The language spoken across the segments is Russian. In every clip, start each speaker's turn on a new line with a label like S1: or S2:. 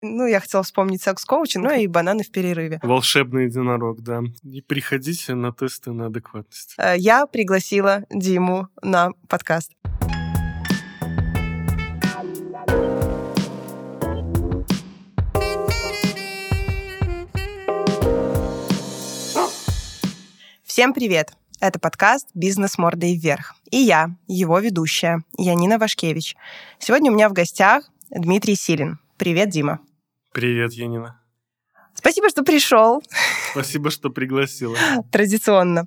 S1: Я хотела вспомнить секс-коучинг, и бананы в перерыве.
S2: Волшебный единорог, да. И приходите на тесты на адекватность.
S1: Я пригласила Диму на подкаст. Всем привет! Это подкаст «Бизнес мордой вверх». И я, его ведущая, Янина Вашкевич. Сегодня у меня в гостях Дмитрий Силин. Привет, Дима.
S2: Привет, Янина.
S1: Спасибо, что пришел.
S2: Спасибо, что пригласила.
S1: Традиционно.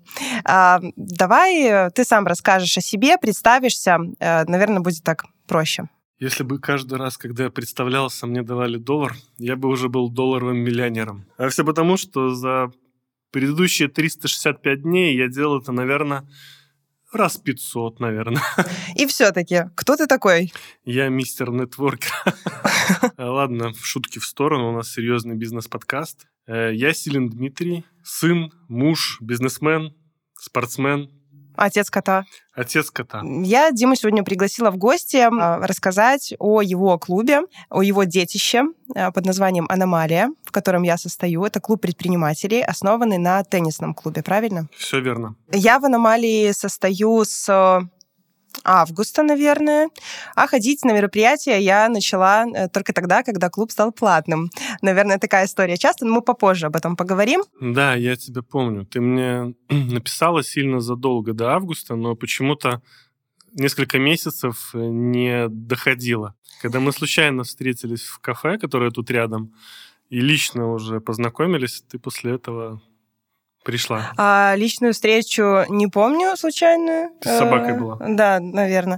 S1: Давай ты сам расскажешь о себе, представишься. Наверное, будет так проще.
S2: Если бы каждый раз, когда я представлялся, мне давали $1, я бы уже был долларовым миллионером. А все потому, что за предыдущие 365 дней я делал это, наверное, раз 500, наверное.
S1: И все-таки, кто ты такой?
S2: Я мистер нетворкер. Ладно, шутки в сторону, у нас серьезный бизнес-подкаст. Я Силин Дмитрий, сын, муж, бизнесмен, спортсмен.
S1: Отец кота.
S2: Отец кота.
S1: Я Диму сегодня пригласила в гости рассказать о его клубе, о его детище под названием «Аномалия», в котором я состою. Это клуб предпринимателей, основанный на теннисном клубе, правильно?
S2: Все верно.
S1: Я в «Аномалии» состою с августа, наверное, а ходить на мероприятия я начала только тогда, когда клуб стал платным. Наверное, такая история часто, но мы попозже об этом поговорим.
S2: Да, я тебя помню. Ты мне написала сильно задолго до августа, но почему-то несколько месяцев не доходило. Когда мы случайно встретились в кафе, которое тут рядом, и лично уже познакомились, ты после этого пришла.
S1: Личную встречу не помню случайную.
S2: Ты с собакой была?
S1: Да, наверное.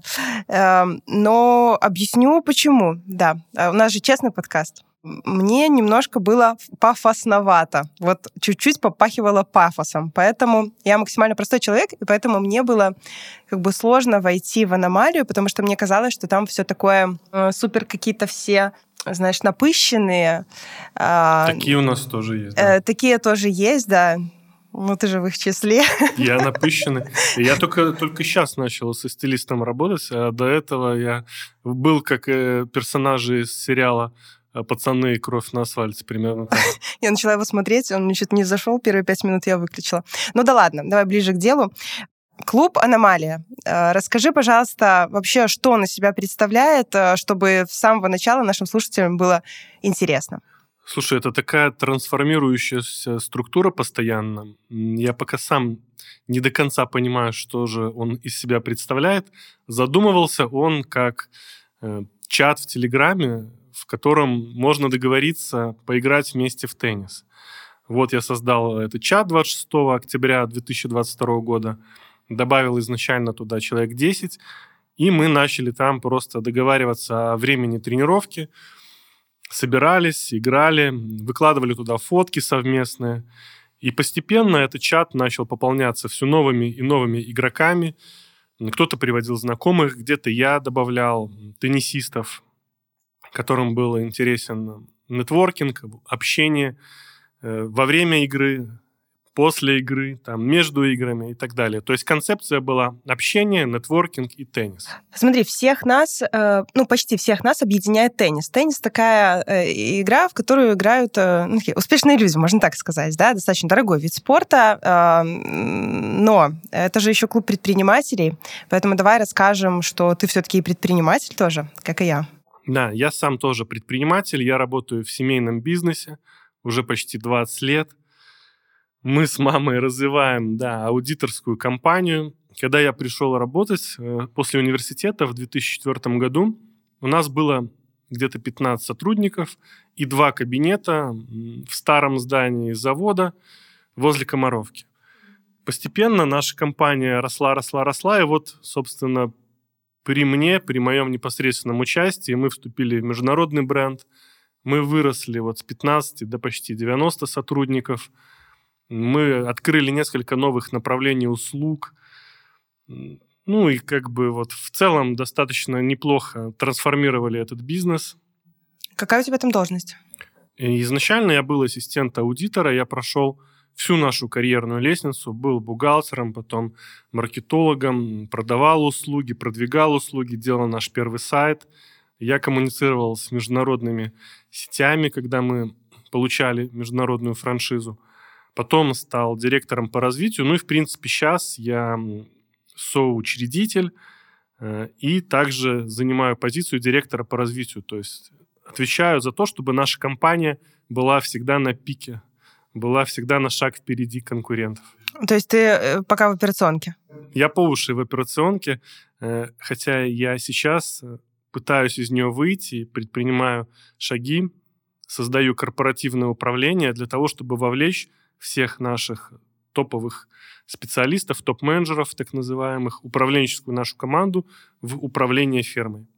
S1: Но объясню, почему. Да, у нас же честный подкаст. Мне немножко было пафосновато. Вот чуть-чуть попахивало пафосом. Поэтому я максимально простой человек, и поэтому мне было сложно войти в «Аномалию», потому что мне казалось, что там все такое супер какие-то все, знаешь, напыщенные.
S2: Такие у нас тоже есть. Да?
S1: Такие тоже есть, да. Ты же в их числе.
S2: Я напыщенный. Я только сейчас начал со стилистом работать, а до этого я был как персонажи из сериала «Пацаны и кровь на асфальте», примерно так.
S1: Я начала его смотреть, он мне что-то не зашел, первые 5 минут я выключила. Да ладно, давай ближе к делу. Клуб «Аномалия». Расскажи, пожалуйста, вообще, что он из себя представляет, чтобы с самого начала нашим слушателям было интересно.
S2: Слушай, это такая трансформирующаяся структура постоянно. Я пока сам не до конца понимаю, что же он из себя представляет. Задумывался он как чат в Телеграме, в котором можно договориться поиграть вместе в теннис. Вот я создал этот чат 26 октября 2022 года, добавил изначально туда человек 10, и мы начали там просто договариваться о времени тренировки, собирались, играли, выкладывали туда фотки совместные. И постепенно этот чат начал пополняться все новыми и новыми игроками. Кто-то приводил знакомых, где-то я добавлял теннисистов, которым был интересен нетворкинг, общение во время игры, после игры, между играми и так далее. То есть концепция была общение, нетворкинг и теннис.
S1: Смотри, почти всех нас объединяет теннис. Теннис такая игра, в которую играют успешные люди, можно так сказать, да, достаточно дорогой вид спорта, но это же еще клуб предпринимателей, поэтому давай расскажем, что ты все-таки предприниматель тоже, как и я.
S2: Да, я сам тоже предприниматель, я работаю в семейном бизнесе уже почти 20 лет. Мы с мамой развиваем, аудиторскую компанию. Когда я пришел работать после университета в 2004 году, у нас было где-то 15 сотрудников и 2 кабинета в старом здании завода возле Комаровки. Постепенно наша компания росла, и вот, собственно, при моем непосредственном участии мы вступили в международный бренд. Мы выросли с 15 до почти 90 сотрудников. Мы открыли несколько новых направлений услуг. И в целом достаточно неплохо трансформировали этот бизнес.
S1: Какая у тебя там должность?
S2: Изначально я был ассистент аудитора. Я прошел всю нашу карьерную лестницу. Был бухгалтером, потом маркетологом, продавал услуги, продвигал услуги, делал наш первый сайт. Я коммуницировал с международными сетями, когда мы получали международную франшизу. Потом стал директором по развитию. Ну и, в принципе, сейчас я соучредитель и также занимаю позицию директора по развитию. То есть отвечаю за то, чтобы наша компания была всегда на пике, была всегда на шаг впереди конкурентов.
S1: То есть ты пока в операционке?
S2: Я по уши в операционке, хотя я сейчас пытаюсь из нее выйти, предпринимаю шаги, создаю корпоративное управление для того, чтобы вовлечь всех наших топовых специалистов, топ-менеджеров, так называемых, управленческую нашу команду в управление фермой.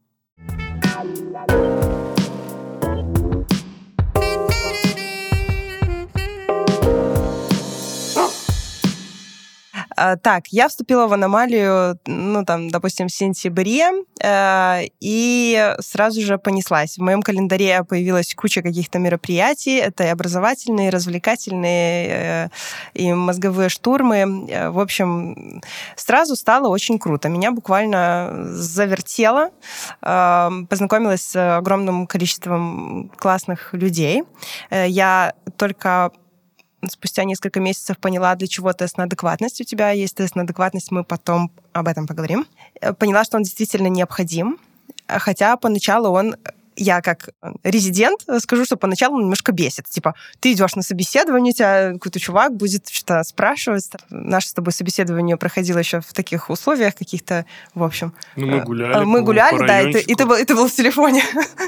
S1: Так, я вступила в аномалию, допустим, в сентябре, и сразу же понеслась. В моем календаре появилась куча каких-то мероприятий. Это и образовательные, и развлекательные, и мозговые штурмы. В общем, сразу стало очень круто. Меня буквально завертело. Познакомилась с огромным количеством классных людей. Я только спустя несколько месяцев поняла, для чего тест на адекватность у тебя есть. Тест на адекватность, мы потом об этом поговорим. Поняла, что он действительно необходим, хотя поначалу я как резидент скажу, что поначалу он немножко бесит. Типа, ты идешь на собеседование, у тебя какой-то чувак будет что-то спрашивать. Наше с тобой собеседование проходило еще в таких условиях каких-то, в общем.
S2: Мы гуляли.
S1: Мы гуляли, да, и ты был в телефоне.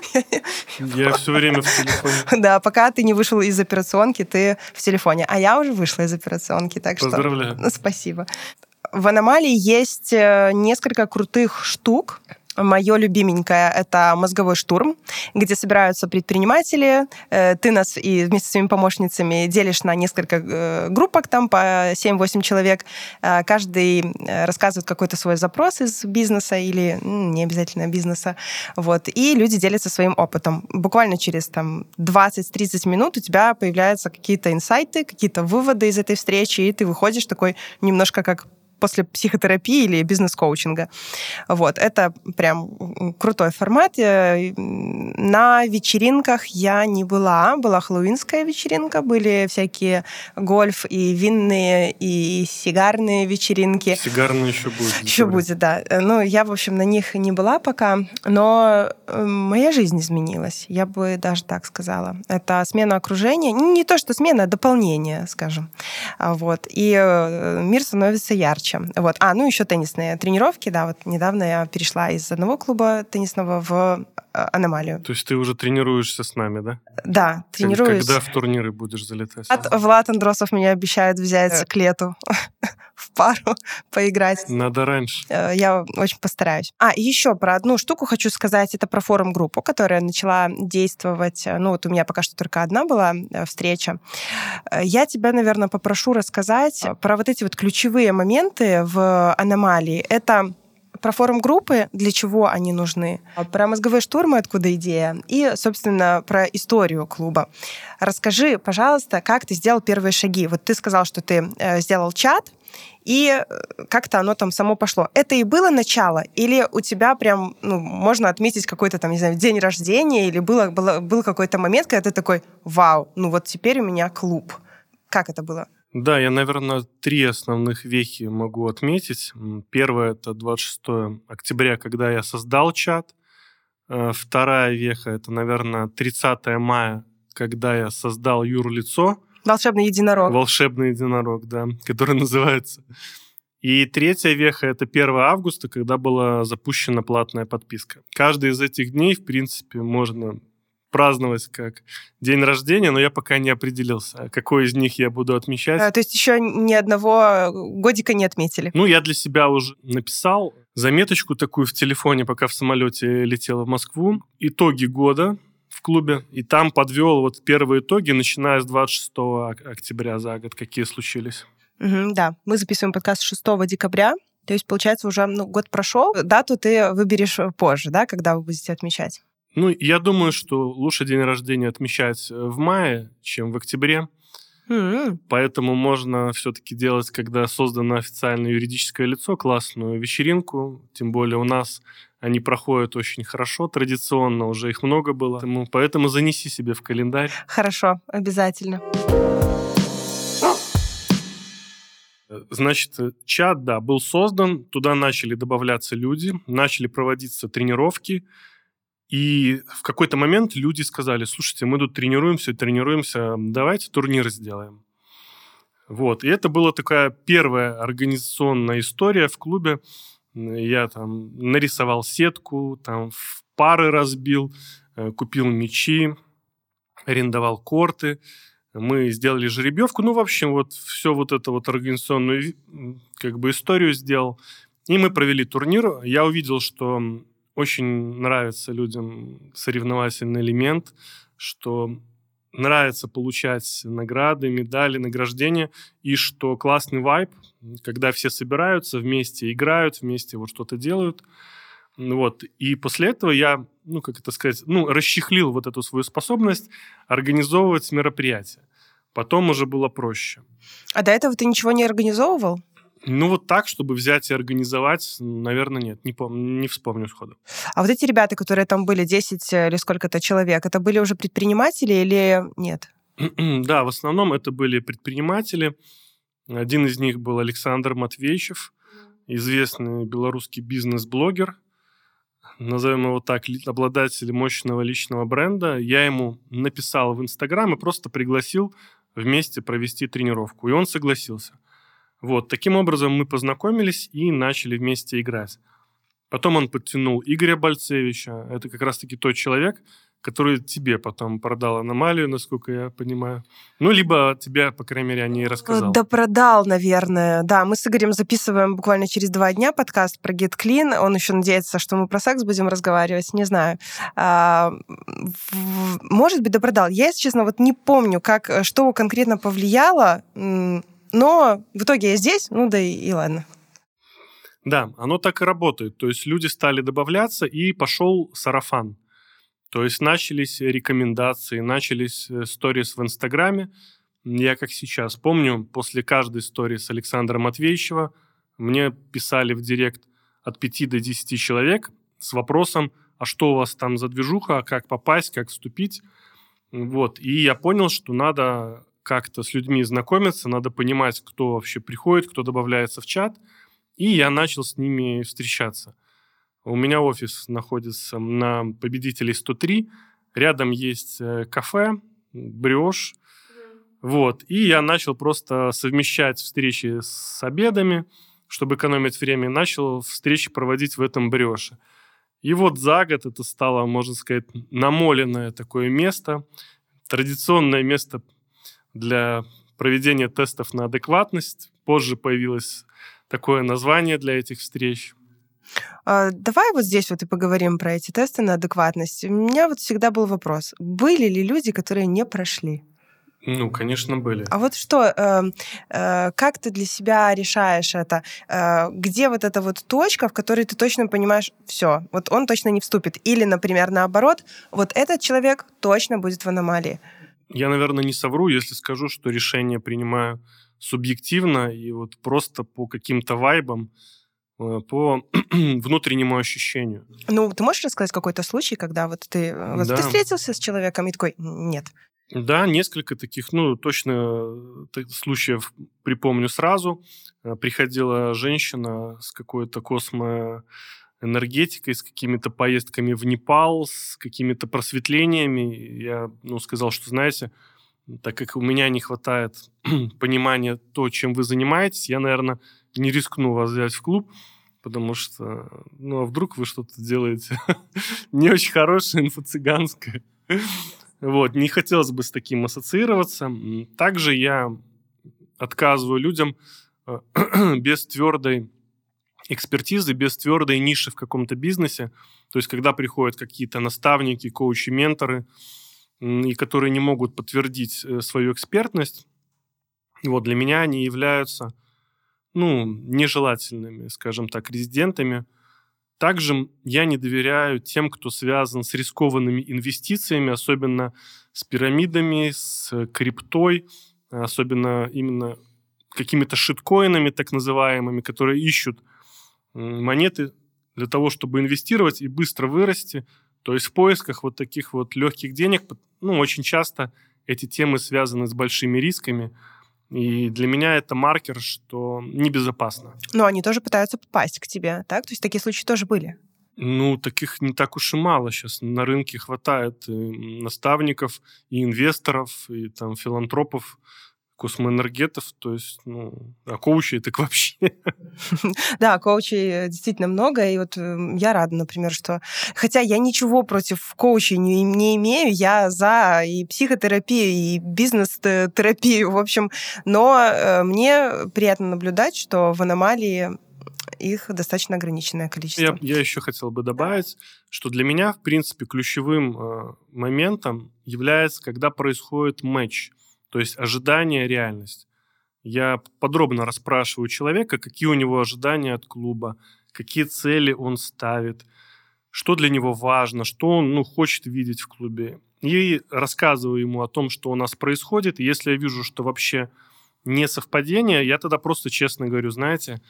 S2: Я все время в телефоне.
S1: Да, пока ты не вышел из операционки, ты в телефоне. А я уже вышла из операционки, так что...
S2: Поздравляю.
S1: Спасибо. В аномалии есть несколько крутых штук. Мое любименькое — это мозговой штурм, где собираются предприниматели. Ты нас и вместе с своими помощницами делишь на несколько группок, там по 7-8 человек. Каждый рассказывает какой-то свой запрос из бизнеса или не обязательно бизнеса. Вот. И люди делятся своим опытом. Буквально через 20-30 минут у тебя появляются какие-то инсайты, какие-то выводы из этой встречи, и ты выходишь такой немножко как после психотерапии или бизнес-коучинга. Вот. Это прям крутой формат. На вечеринках я не была. Была хэллоуинская вечеринка, были всякие гольф и винные, и сигарные вечеринки.
S2: Сигарные еще будет.
S1: Еще будет, да. Ну, я, в общем, на них не была пока, но моя жизнь изменилась, я бы даже так сказала. Это смена окружения. Не то, что смена, а дополнение, скажем. Вот. И мир становится ярче. Вот. Еще теннисные тренировки. Да, вот недавно я перешла из одного клуба теннисного в аномалию.
S2: То есть ты уже тренируешься с нами, да?
S1: Да, тренируюсь.
S2: Когда в турниры будешь залетать?
S1: Влад Андросов меня обещает взять к лету в пару поиграть.
S2: Надо раньше.
S1: Я очень постараюсь. И еще про одну штуку хочу сказать. Это про форум-группу, которая начала действовать. Вот у меня пока что только одна была встреча. Я тебя, наверное, попрошу рассказать про вот эти вот ключевые моменты в аномалии. Это про форум-группы, для чего они нужны, про мозговые штурмы, откуда идея, и, собственно, про историю клуба. Расскажи, пожалуйста, как ты сделал первые шаги. Вот ты сказал, что ты сделал чат, и как-то оно там само пошло. Это и было начало? Или у тебя прям, можно отметить какой-то там, не знаю, день рождения, или был какой-то момент, когда ты такой, вау, вот теперь у меня клуб. Как это было?
S2: Да, я, наверное, 3 основных вехи могу отметить. Первое — это 26 октября, когда я создал чат. Вторая веха — это, наверное, 30 мая, когда я создал юрлицо.
S1: Волшебный единорог.
S2: Волшебный единорог, да, который называется. И третья веха — это 1 августа, когда была запущена платная подписка. Каждый из этих дней, в принципе, можно праздновать как день рождения, но я пока не определился, какой из них я буду отмечать.
S1: То есть еще ни одного годика не отметили?
S2: Я для себя уже написал заметочку такую в телефоне, пока в самолете летел в Москву. Итоги года в клубе. И там подвел первые итоги, начиная с 26 октября за год, какие случились.
S1: Да, мы записываем подкаст 6 декабря. То есть, получается, уже год прошел. Дату ты выберешь позже, да, когда вы будете отмечать?
S2: Я думаю, что лучше день рождения отмечать в мае, чем в октябре. Поэтому можно все-таки делать, когда создано официальное юридическое лицо, классную вечеринку. Тем более у нас они проходят очень хорошо, традиционно, уже их много было. Поэтому занеси себе в календарь.
S1: Хорошо, обязательно.
S2: Значит, чат, да, был создан, туда начали добавляться люди, начали проводиться тренировки, и в какой-то момент люди сказали: слушайте, мы тут тренируемся, давайте турнир сделаем. Вот, и это была такая первая организационная история в клубе. Я там нарисовал сетку, там в пары разбил, купил мячи, арендовал корты. Мы сделали жеребьевку. Ну, в общем, вот все вот это вот организационную как бы историю сделал. И мы провели турнир. Я увидел, что очень нравится людям соревновательный элемент, что нравится получать награды, медали, награждения, и что классный вайб, когда все собираются вместе, играют, вместе вот что-то делают. Вот. И после этого я, расчехлил вот эту свою способность организовывать мероприятия. Потом уже было проще.
S1: А до этого ты ничего не организовывал?
S2: Ну, вот так, чтобы взять и организовать, наверное, нет. Не вспомню сходу.
S1: А вот эти ребята, которые там были, 10 или сколько-то человек, это были уже предприниматели или нет?
S2: Да, в основном это были предприниматели. Один из них был Александр Матвейчев, известный белорусский бизнес-блогер, назовем его так, обладатель мощного личного бренда. Я ему написал в Инстаграм и просто пригласил вместе провести тренировку. И он согласился. Вот, таким образом мы познакомились и начали вместе играть. Потом он подтянул Игоря Бальцевича. Это как раз-таки тот человек, который тебе потом продал аномалию, насколько я понимаю. Ну, либо тебе, по крайней мере, о ней рассказал.
S1: Да, продал, наверное. Да, мы с Игорем записываем буквально через 2 дня подкаст про Get Clean. Он еще надеется, что мы про секс будем разговаривать. Не знаю. Может быть, да, продал. Я, если честно, вот не помню, что конкретно повлияло, но в итоге я здесь, да и ладно.
S2: Да, оно так и работает. То есть люди стали добавляться, и пошел сарафан. То есть начались рекомендации, начались сторис в Инстаграме. Я как сейчас помню, после каждой сторис Александра Матвейчева мне писали в директ от 5 до 10 человек с вопросом: а что у вас там за движуха, как попасть, как вступить. Вот. И я понял, что надо как-то с людьми знакомиться, надо понимать, кто вообще приходит, кто добавляется в чат. И я начал с ними встречаться. У меня офис находится на Победителей 103. Рядом есть кафе, брioche. Вот. И я начал просто совмещать встречи с обедами, чтобы экономить время. Начал встречи проводить в этом брioche. И вот за год это стало, можно сказать, намоленное такое место. Традиционное место для проведения тестов на адекватность. Позже появилось такое название для этих встреч.
S1: Давай вот здесь вот и поговорим про эти тесты на адекватность. У меня вот всегда был вопрос. Были ли люди, которые не прошли?
S2: Ну, конечно, были.
S1: А вот что, как ты для себя решаешь это? Где вот эта вот точка, в которой ты точно понимаешь, все, вот он точно не вступит? Или, например, наоборот, вот этот человек точно будет в аномалии?
S2: Я, наверное, не совру, если скажу, что решение принимаю субъективно и вот просто по каким-то вайбам, по внутреннему ощущению.
S1: Ну, ты можешь рассказать какой-то случай, когда вот ты встретился с человеком и такой: нет?
S2: Да, несколько таких, точно случаев припомню сразу. Приходила женщина с какой-то космоэнергетикой, с какими-то поездками в Непал, с какими-то просветлениями. Я сказал, что, знаете, так как у меня не хватает понимания то, чем вы занимаетесь, я, наверное, не рискну вас взять в клуб, потому что, а вдруг вы что-то делаете не очень хорошее, инфо-цыганское. Вот, не хотелось бы с таким ассоциироваться. Также я отказываю людям без твердой экспертизы, без твердой ниши в каком-то бизнесе. То есть, когда приходят какие-то наставники, коучи, менторы, и которые не могут подтвердить свою экспертность, вот, для меня они являются, нежелательными, скажем так, резидентами. Также я не доверяю тем, кто связан с рискованными инвестициями, особенно с пирамидами, с криптой, особенно именно какими-то шиткоинами так называемыми, которые ищут монеты для того, чтобы инвестировать и быстро вырасти. То есть в поисках вот таких вот легких денег, очень часто эти темы связаны с большими рисками. И для меня это маркер, что небезопасно.
S1: Но они тоже пытаются попасть к тебе, так? То есть такие случаи тоже были?
S2: Таких не так уж и мало сейчас. На рынке хватает и наставников, и инвесторов, и там филантропов, космоэнергетов, то есть, а коучей так вообще.
S1: Да, коучей действительно много, и вот я рада, например, что... Хотя я ничего против коучей не имею, я за и психотерапию, и бизнес-терапию, в общем, но мне приятно наблюдать, что в аномалии их достаточно ограниченное количество.
S2: Я еще хотел бы добавить, что для меня, в принципе, ключевым моментом является, когда происходит матч, то есть ожидание, реальность. Я подробно расспрашиваю человека, какие у него ожидания от клуба, какие цели он ставит, что для него важно, что он хочет видеть в клубе. И рассказываю ему о том, что у нас происходит. И если я вижу, что вообще не совпадение, я тогда просто честно говорю, знаете,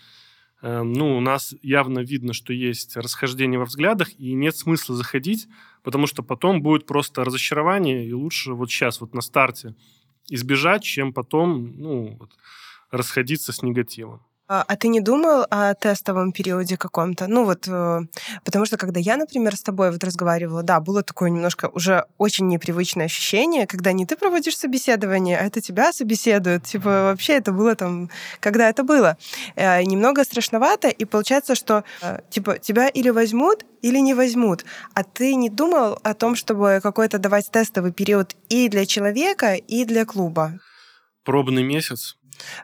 S2: у нас явно видно, что есть расхождение во взглядах, и нет смысла заходить, потому что потом будет просто разочарование, и лучше вот сейчас, вот на старте, избежать, чем потом расходиться с негативом.
S1: А ты не думал о тестовом периоде каком-то? Потому что когда я, например, с тобой разговаривала, да, было такое немножко уже очень непривычное ощущение, когда не ты проводишь собеседование, а это тебя собеседуют. Вообще это было когда это было. Немного страшновато, и получается, что тебя или возьмут, или не возьмут. А ты не думал о том, чтобы какой-то давать тестовый период и для человека, и для клуба?
S2: Пробный месяц?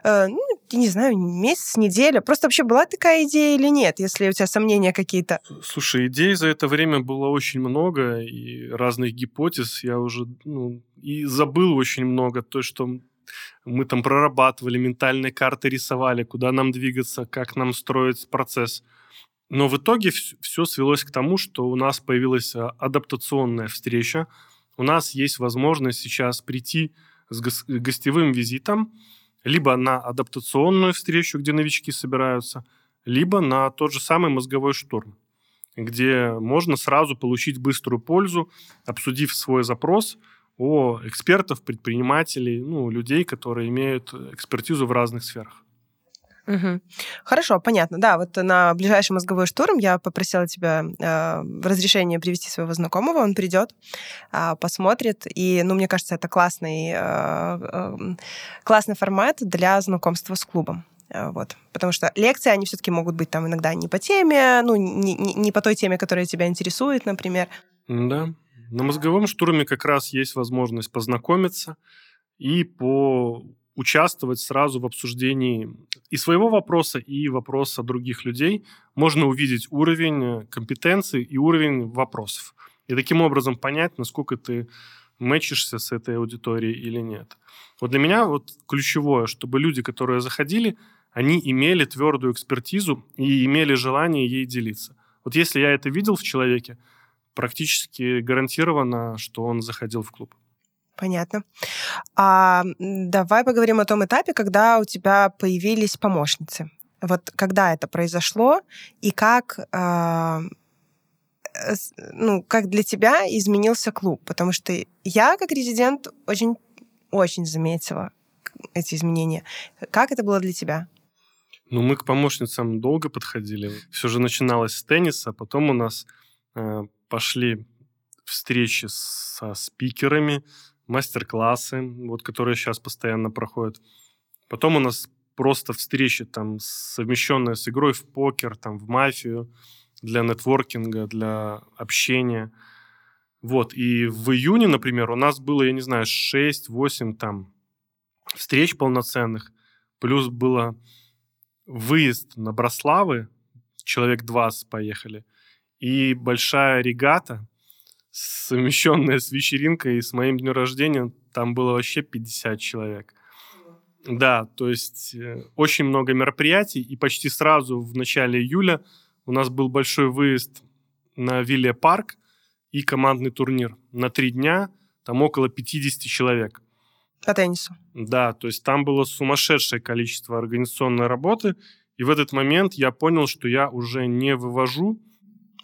S1: Не знаю, месяц, неделя. Просто вообще была такая идея или нет, если у тебя сомнения какие-то?
S2: Слушай, идей за это время было очень много, и разных гипотез. Я уже и забыл очень много. То, что мы там прорабатывали, ментальные карты рисовали, куда нам двигаться, как нам строить процесс. Но в итоге все свелось к тому, что у нас появилась адаптационная встреча. У нас есть возможность сейчас прийти с гостевым визитом, либо на адаптационную встречу, где новички собираются, либо на тот же самый мозговой штурм, где можно сразу получить быструю пользу, обсудив свой запрос о экспертов, предпринимателей, людей, которые имеют экспертизу в разных сферах.
S1: Угу. Хорошо, понятно. Да, вот на ближайший мозговой штурм я попросила тебя разрешения привести своего знакомого, он придет, посмотрит, и, мне кажется, это классный формат для знакомства с клубом. Вот. Потому что лекции, они все-таки могут быть там иногда не по теме, не по той теме, которая тебя интересует, например.
S2: Да. На мозговом штурме как раз есть возможность познакомиться и участвовать сразу в обсуждении и своего вопроса, и вопроса других людей. Можно увидеть уровень компетенций и уровень вопросов. И таким образом понять, насколько ты мэчишься с этой аудиторией или нет. Вот для меня ключевое, чтобы люди, которые заходили, они имели твердую экспертизу и имели желание ей делиться. Вот если я это видел в человеке, практически гарантированно, что он заходил в клуб.
S1: Понятно. Давай поговорим о том этапе, когда у тебя появились помощницы. Вот когда это произошло и как для тебя изменился клуб? Потому что я, как резидент, очень заметила эти изменения. Как это было для тебя?
S2: Мы к помощницам долго подходили. Все же начиналось с тенниса, потом у нас пошли встречи со спикерами, мастер-классы, которые сейчас постоянно проходят. Потом у нас просто встречи совмещенные с игрой в покер, в мафию, для нетворкинга, для общения. И в июне, например, у нас было, 6-8 встреч полноценных, плюс было выезд на Браславы, человек 20 поехали, и большая регата, совмещенная с вечеринкой и с моим днем рождения, там было вообще 50 человек. Да, то есть очень много мероприятий, и почти сразу в начале июля у нас был большой выезд на Вилле Парк и командный турнир. На 3 дня там около 50 человек.
S1: По теннису?
S2: Да, то есть там было сумасшедшее количество организационной работы, и в этот момент я понял, что я уже не вывожу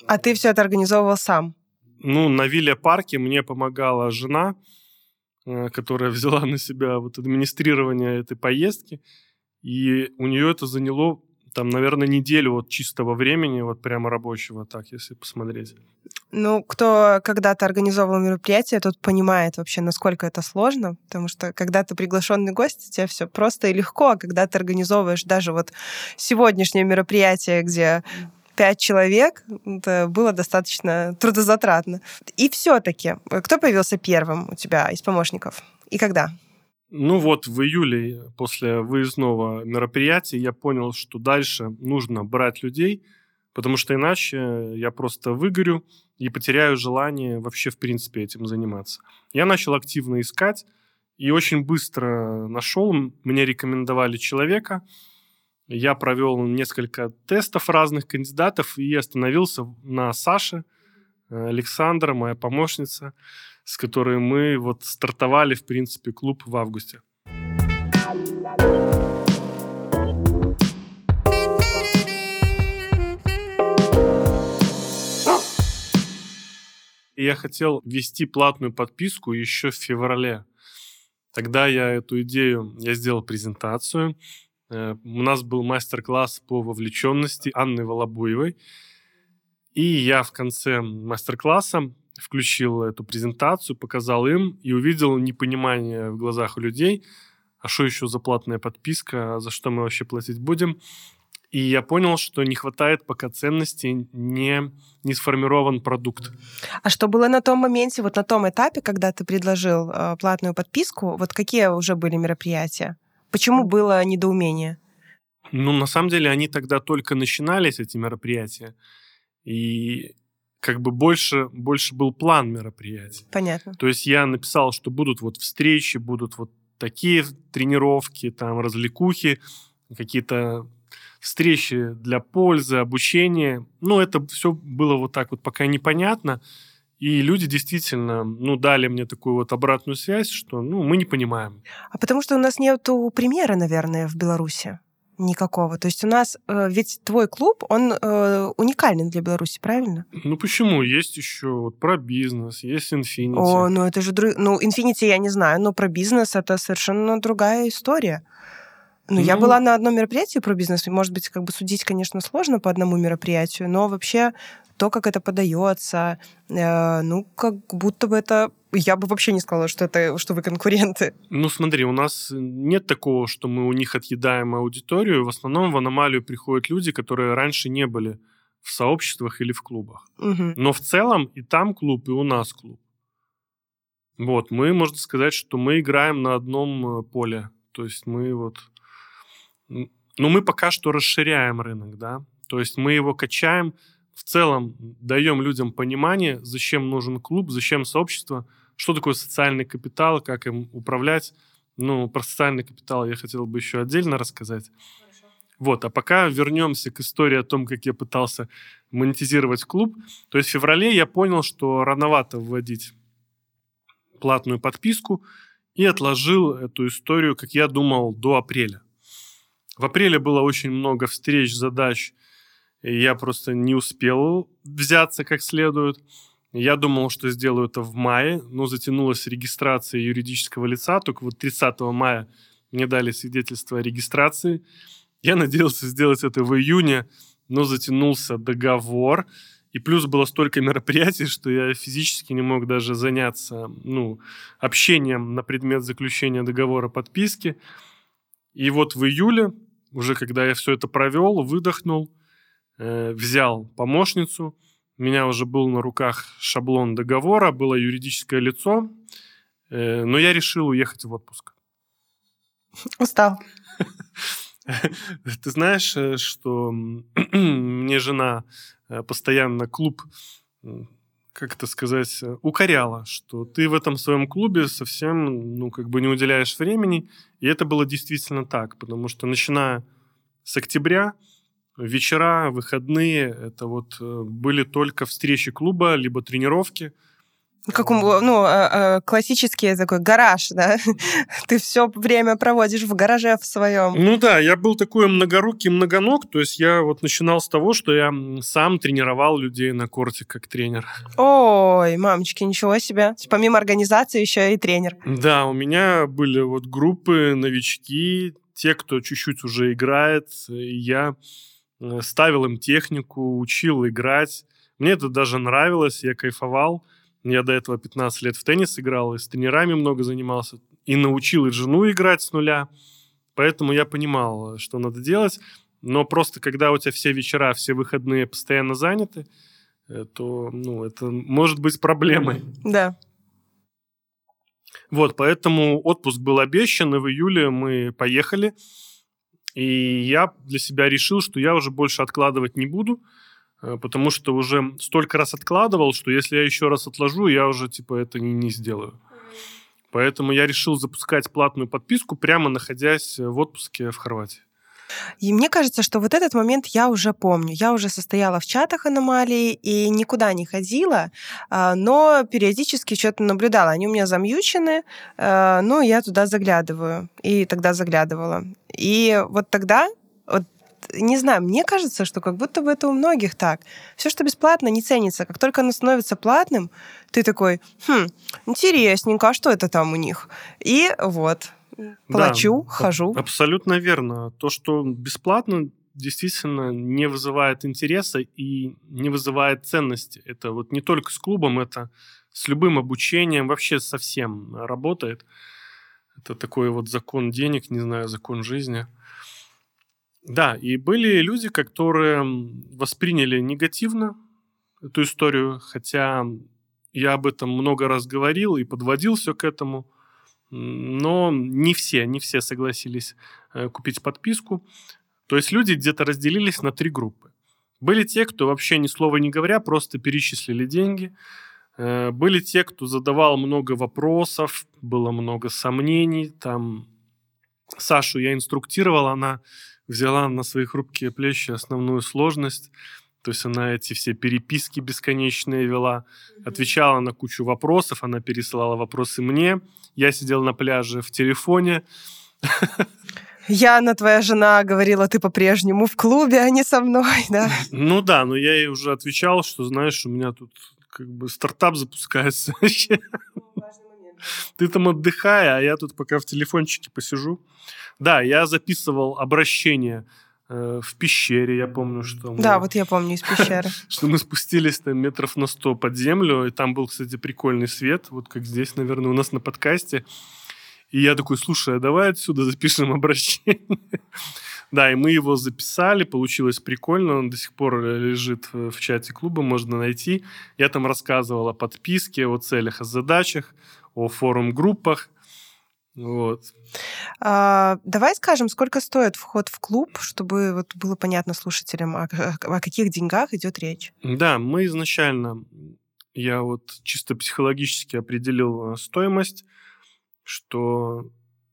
S1: А ты все это организовывал сам?
S2: Ну, на вилле-парке мне помогала жена, которая взяла на себя вот администрирование этой поездки, и у нее это заняло там, наверное, неделю вот чистого времени, вот прямо рабочего, так, если посмотреть.
S1: Ну, кто когда-то организовывал мероприятие, тот понимает вообще, насколько это сложно, потому что когда ты приглашенный гость, у тебя все просто и легко, а когда ты организовываешь даже вот сегодняшнее мероприятие, где 5 человек, это было достаточно трудозатратно. И все-таки, кто появился первым у тебя из помощников? И когда?
S2: Ну вот в июле после выездного мероприятия я понял, что дальше нужно брать людей, потому что иначе я просто выгорю и потеряю желание вообще в принципе этим заниматься. Я начал активно искать и очень быстро нашел. Мне рекомендовали человека. Я провел несколько тестов разных кандидатов и остановился на Саше, Александра, моя помощница, с которой мы вот стартовали, в принципе, клуб в августе. И я хотел ввести платную подписку еще в феврале. Тогда я сделал презентацию. У нас был мастер-класс по вовлеченности Анны Волобуевой. И я в конце мастер-класса включил эту презентацию, показал им и увидел непонимание в глазах у людей. А что еще за платная подписка? За что мы вообще платить будем? И я понял, что не хватает пока ценностей, не сформирован продукт.
S1: А что было на том моменте, вот на том этапе, когда ты предложил платную подписку, вот какие уже были мероприятия? Почему было недоумение?
S2: Ну, на самом деле, они тогда только начинались, эти мероприятия. И как бы больше был план мероприятий.
S1: Понятно.
S2: То есть я написал, что будут вот встречи, будут вот такие тренировки, там развлекухи, какие-то встречи для пользы, обучения. Ну, это все было вот так вот пока непонятно. И люди действительно, дали мне такую вот обратную связь, что, мы не понимаем.
S1: А потому что у нас нету примера, наверное, в Беларуси никакого. То есть у нас ведь твой клуб, он уникален для Беларуси, правильно?
S2: Ну, почему? Есть еще вот про бизнес, есть Infinity.
S1: О, ну это же... Infinity я не знаю, но про бизнес это совершенно другая история. Я была на одном мероприятии про бизнес, и, может быть, как бы судить, конечно, сложно по одному мероприятию, но вообще то, как это подается, как будто бы это... Я бы вообще не сказала, что вы конкуренты.
S2: Ну, смотри, у нас нет такого, что мы у них отъедаем аудиторию. В основном в аномалию приходят люди, которые раньше не были в сообществах или в клубах.
S1: Угу.
S2: Но в целом и там клуб, и у нас клуб. Вот, мы, можно сказать, что мы играем на одном поле. То есть мы вот... мы пока что расширяем рынок, да. То есть мы его качаем, в целом даем людям понимание, зачем нужен клуб, зачем сообщество, что такое социальный капитал, как им управлять. Про социальный капитал я хотел бы еще отдельно рассказать. Хорошо. Вот, а пока вернемся к истории о том, как я пытался монетизировать клуб. То есть в феврале я понял, что рановато вводить платную подписку и отложил эту историю, как я думал, до апреля. В апреле было очень много встреч, задач, и я просто не успел взяться как следует. Я думал, что сделаю это в мае, но затянулась регистрация юридического лица. Только вот 30 мая мне дали свидетельство о регистрации. Я надеялся сделать это в июне, но затянулся договор. И плюс было столько мероприятий, что я физически не мог даже заняться общением на предмет заключения договора подписки. И вот в июле, уже когда я все это провел, выдохнул, взял помощницу, у меня уже был на руках шаблон договора, было юридическое лицо, но я решил уехать в отпуск.
S1: Устал.
S2: Ты знаешь, что мне жена постоянно клуб, как это сказать, укоряла, что ты в этом своем клубе совсем, не уделяешь времени. И это было действительно так, потому что начиная с октября вечера, выходные, это вот были только встречи клуба, либо тренировки.
S1: Как классический такой гараж, да? Ты все время проводишь в гараже в своем.
S2: Ну да, я был такой многорукий многоног, то есть я вот начинал с того, что я сам тренировал людей на корте как тренер.
S1: Ой, мамочки, ничего себе. Помимо организации еще и тренер.
S2: Да, у меня были вот группы, новички, те, кто чуть-чуть уже играет. Я ставил им технику, учил играть. Мне это даже нравилось, я кайфовал. Я до этого 15 лет в теннис играл, и с тренерами много занимался, и научил и жену играть с нуля. Поэтому я понимал, что надо делать. Но просто когда у тебя все вечера, все выходные постоянно заняты, то это может быть проблемой.
S1: Да.
S2: Вот, поэтому отпуск был обещан, и в июле мы поехали. И я для себя решил, что я уже больше откладывать не буду, потому что уже столько раз откладывал, что если я еще раз отложу, я уже это не сделаю. Поэтому я решил запускать платную подписку, прямо находясь в отпуске в Хорватии.
S1: И мне кажется, что вот этот момент я уже помню. Я уже состояла в чатах аномалии и никуда не ходила, но периодически что-то наблюдала. Они у меня замьючены, но я туда заглядываю. И тогда заглядывала. И вот тогда... Не знаю, мне кажется, что как будто бы это у многих так. Все, что бесплатно, не ценится. Как только оно становится платным, ты такой, интересненько, а что это там у них? И вот, плачу, хожу.
S2: Абсолютно верно. То, что бесплатно, действительно не вызывает интереса и не вызывает ценности. Это вот не только с клубом, это с любым обучением, вообще со всем работает. Это такой вот закон денег, не знаю, закон жизни. Да, и были люди, которые восприняли негативно эту историю, хотя я об этом много раз говорил и подводил все к этому, но не все согласились купить подписку. То есть люди где-то разделились на 3 группы. Были те, кто вообще ни слова не говоря, просто перечислили деньги. Были те, кто задавал много вопросов, было много сомнений. Там Сашу я инструктировал, она взяла на свои хрупкие плечи основную сложность. То есть она эти все переписки бесконечные вела, отвечала на кучу вопросов, она пересылала вопросы мне. Я сидел на пляже в телефоне.
S1: Яна, твоя жена, говорила, ты по-прежнему в клубе, а не со мной, да?
S2: Ну да, но я ей уже отвечал, что, знаешь, у меня тут как бы стартап запускается. Ты там отдыхай, а я тут пока в телефончике посижу. Да, я записывал обращение в пещере, я помню, что...
S1: Да, вот я помню из пещеры.
S2: Что мы спустились там метров на 100 под землю, и там был, кстати, прикольный свет, вот как здесь, наверное, у нас на подкасте. И я такой, слушай, а давай отсюда запишем обращение. Да, и мы его записали, получилось прикольно, он до сих пор лежит в чате клуба, можно найти. Я там рассказывал о подписке, о целях, о задачах, о форум-группах. Вот.
S1: Давай скажем, сколько стоит вход в клуб, чтобы вот было понятно слушателям, о каких деньгах идет речь.
S2: Да, мы изначально, я вот чисто психологически определил стоимость, что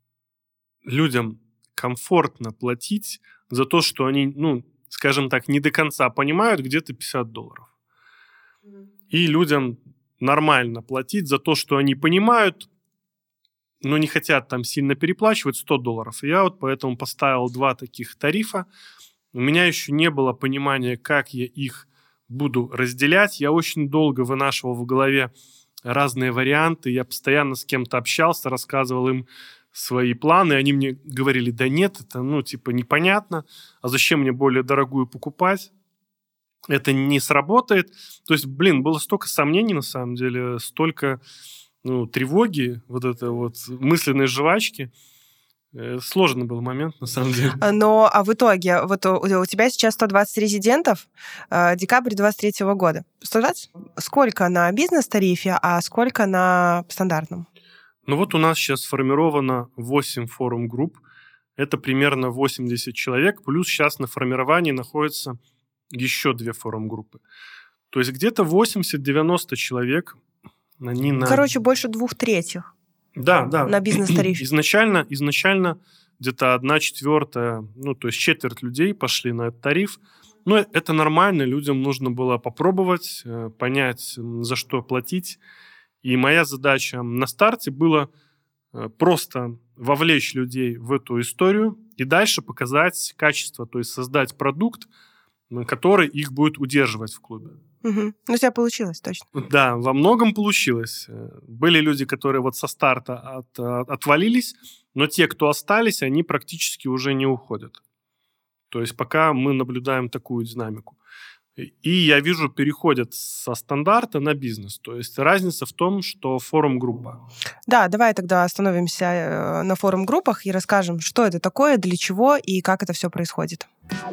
S2: людям комфортно платить за то, что они, скажем так, не до конца понимают, где-то $50. И людям нормально платить за то, что они понимают, но не хотят там сильно переплачивать, $100. Я вот поэтому поставил 2 таких тарифа. У меня еще не было понимания, как я их буду разделять. Я очень долго вынашивал в голове разные варианты. Я постоянно с кем-то общался, рассказывал им свои планы. Они мне говорили, да нет, это, непонятно. А зачем мне более дорогую покупать? Это не сработает. То есть, было столько сомнений, на самом деле, столько... тревоги, вот это вот мысленной жвачки. Сложный был момент, на самом деле.
S1: А в итоге, вот у тебя сейчас 120 резидентов, декабрь 23 года. 120? Сколько на бизнес-тарифе, а сколько на стандартном?
S2: Вот у нас сейчас сформировано 8 форум-групп. Это примерно 80 человек, плюс сейчас на формировании находится еще 2 форум-группы. То есть где-то 80-90 человек.
S1: Короче, больше 2/3.
S2: Да.
S1: На бизнес-тарифе.
S2: Изначально где-то 1/4, то есть четверть людей пошли на этот тариф. Но это нормально, людям нужно было попробовать, понять, за что платить. И моя задача на старте была просто вовлечь людей в эту историю и дальше показать качество, то есть создать продукт, который их будет удерживать в клубе.
S1: Угу. Ну, у тебя получилось точно.
S2: Да, во многом получилось. Были люди, которые вот со старта отвалились, но те, кто остались, они практически уже не уходят. То есть пока мы наблюдаем такую динамику. И я вижу, переходят со стандарта на бизнес. То есть разница в том, что форум-группа.
S1: Да, давай тогда остановимся на форум-группах и расскажем, что это такое, для чего и как это все происходит.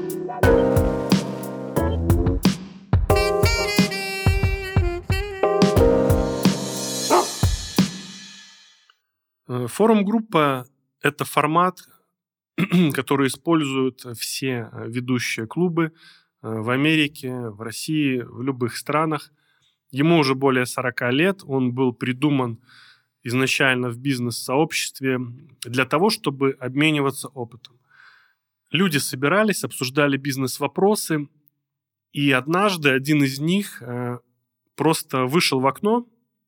S2: Форум-группа — это формат, который используют все ведущие клубы в Америке, в России, в любых странах. Ему уже более 40 лет. Он был придуман изначально в бизнес-сообществе для того, чтобы обмениваться опытом. Люди собирались, обсуждали бизнес-вопросы, и однажды один из них просто вышел в окно,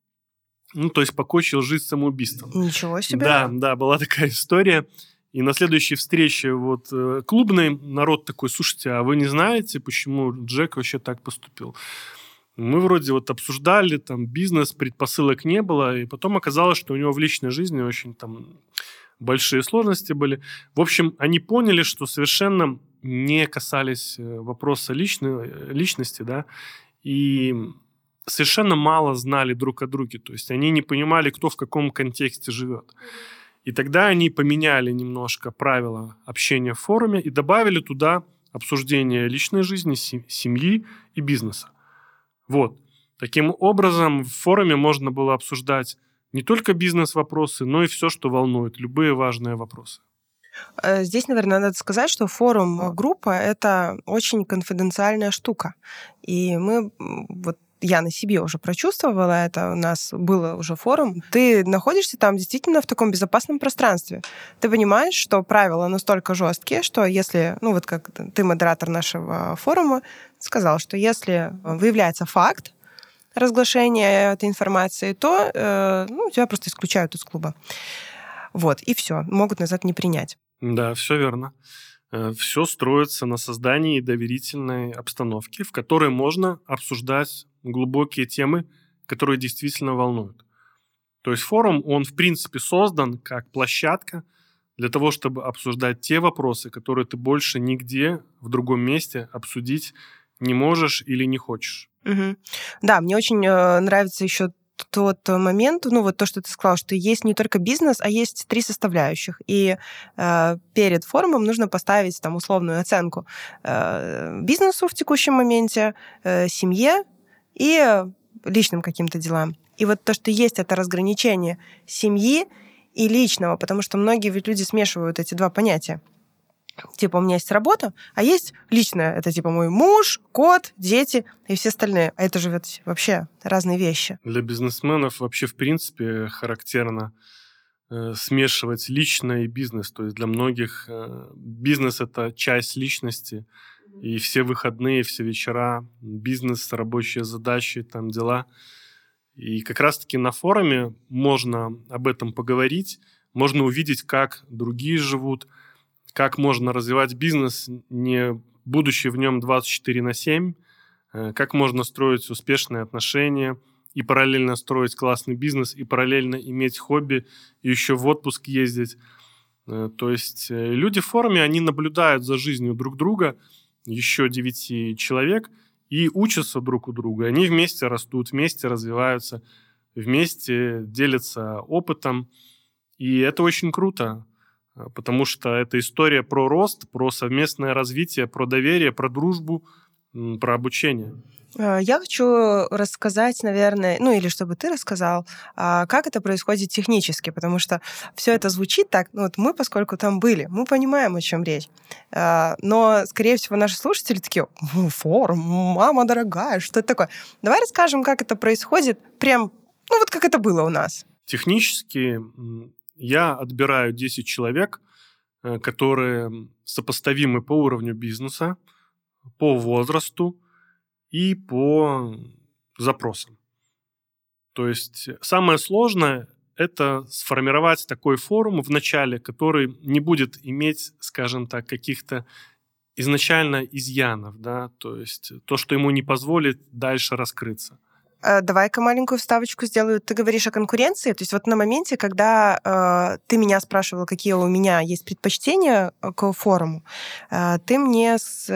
S2: то есть покончил жизнь самоубийством.
S1: Ничего себе.
S2: Да, была такая история. И на следующей встрече клубной народ такой: слушайте, а вы не знаете, почему Джек вообще так поступил? Мы вроде обсуждали, там бизнес, предпосылок не было, и потом оказалось, что у него в личной жизни очень там большие сложности были. В общем, они поняли, что совершенно не касались вопроса личности, да, и совершенно мало знали друг о друге. То есть они не понимали, кто в каком контексте живет. И тогда они поменяли немножко правила общения в форуме и добавили туда обсуждение личной жизни, семьи и бизнеса. Таким образом, в форуме можно было обсуждать не только бизнес-вопросы, но и все, что волнует, любые важные вопросы.
S1: Здесь, наверное, надо сказать, что форум-группа — это очень конфиденциальная штука. И я на себе уже прочувствовала это, у нас был уже форум. Ты находишься там действительно в таком безопасном пространстве. Ты понимаешь, что правила настолько жесткие, что если, как ты модератор нашего форума, сказал, что если выявляется факт разглашения этой информации, то тебя просто исключают из клуба. И все, могут назад не принять.
S2: Да, все верно. Все строится на создании доверительной обстановки, в которой можно обсуждать глубокие темы, которые действительно волнуют. То есть форум, он в принципе создан как площадка для того, чтобы обсуждать те вопросы, которые ты больше нигде в другом месте обсудить не можешь или не хочешь.
S1: Угу. Да, мне очень нравится еще тот момент, то, что ты сказал, что есть не только бизнес, а есть 3 составляющих. И перед форумом нужно поставить там условную оценку бизнесу в текущем моменте, семье и личным каким-то делам. И то, что есть это разграничение семьи и личного, потому что многие ведь люди смешивают эти два понятия. Типа, у меня есть работа, а есть личное. Это типа мой муж, кот, дети и все остальные. А это же ведь вообще разные вещи.
S2: Для бизнесменов вообще в принципе характерно смешивать личное и бизнес. То есть для многих бизнес — это часть личности. И все выходные, все вечера, бизнес, рабочие задачи, там дела. И как раз-таки на форуме можно об этом поговорить, можно увидеть, как другие живут, как можно развивать бизнес, не будучи в нем 24/7, как можно строить успешные отношения и параллельно строить классный бизнес, и параллельно иметь хобби, и еще в отпуск ездить. То есть люди в форуме, они наблюдают за жизнью друг друга, еще 9 человек, и учатся друг у друга. Они вместе растут, вместе развиваются, вместе делятся опытом. И это очень круто, потому что это история про рост, про совместное развитие, про доверие, про дружбу, про обучение.
S1: Я хочу рассказать, наверное, или чтобы ты рассказал, как это происходит технически, потому что все это звучит так, мы, поскольку там были, мы понимаем, о чем речь. Но, скорее всего, наши слушатели такие: форум, мама дорогая, что это такое? Давай расскажем, как это происходит, прям, как это было у нас.
S2: Технически я отбираю 10 человек, которые сопоставимы по уровню бизнеса, по возрасту и по запросам. То есть самое сложное – это сформировать такой форум в начале, который не будет иметь, скажем так, каких-то изначально изъянов, да, то есть то, что ему не позволит дальше раскрыться.
S1: Давай-ка маленькую вставочку сделаю. Ты говоришь о конкуренции. То есть вот на моменте, когда ты меня спрашивал, какие у меня есть предпочтения к форуму, ты мне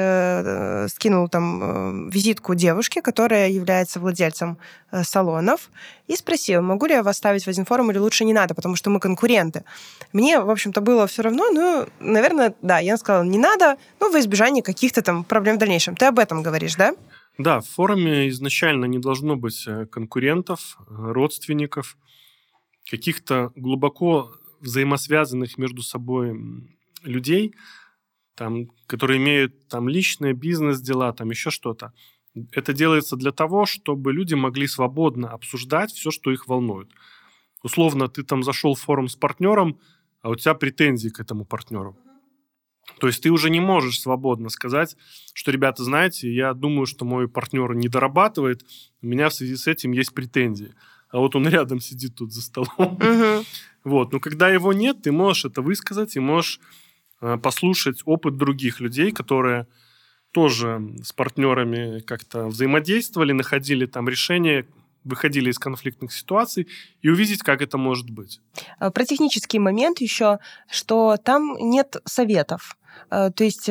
S1: скинул там визитку девушки, которая является владельцем салонов, и спросил, могу ли я вас ставить в один форум или лучше не надо, потому что мы конкуренты. Мне, в общем-то, было все равно, ну, наверное, да, я сказала, не надо, ну, во избежание каких-то там проблем в дальнейшем. Ты об этом говоришь, да?
S2: Да, в форуме изначально не должно быть конкурентов, родственников, каких-то глубоко взаимосвязанных между собой людей, там, которые имеют там, личные бизнес-дела, там еще что-то. Это делается для того, чтобы люди могли свободно обсуждать все, что их волнует. Условно, ты там зашел в форум с партнером, а у тебя претензии к этому партнеру. То есть ты уже не можешь свободно сказать, что, ребята, знаете, я думаю, что мой партнер не дорабатывает, у меня в связи с этим есть претензии. А вот он рядом сидит тут за столом. Вот. Но когда его нет, ты можешь это высказать и можешь послушать опыт других людей, которые тоже с партнерами как-то взаимодействовали, находили там решения, выходили из конфликтных ситуаций и увидеть, как это может быть.
S1: Про технический момент еще, что там нет советов. То есть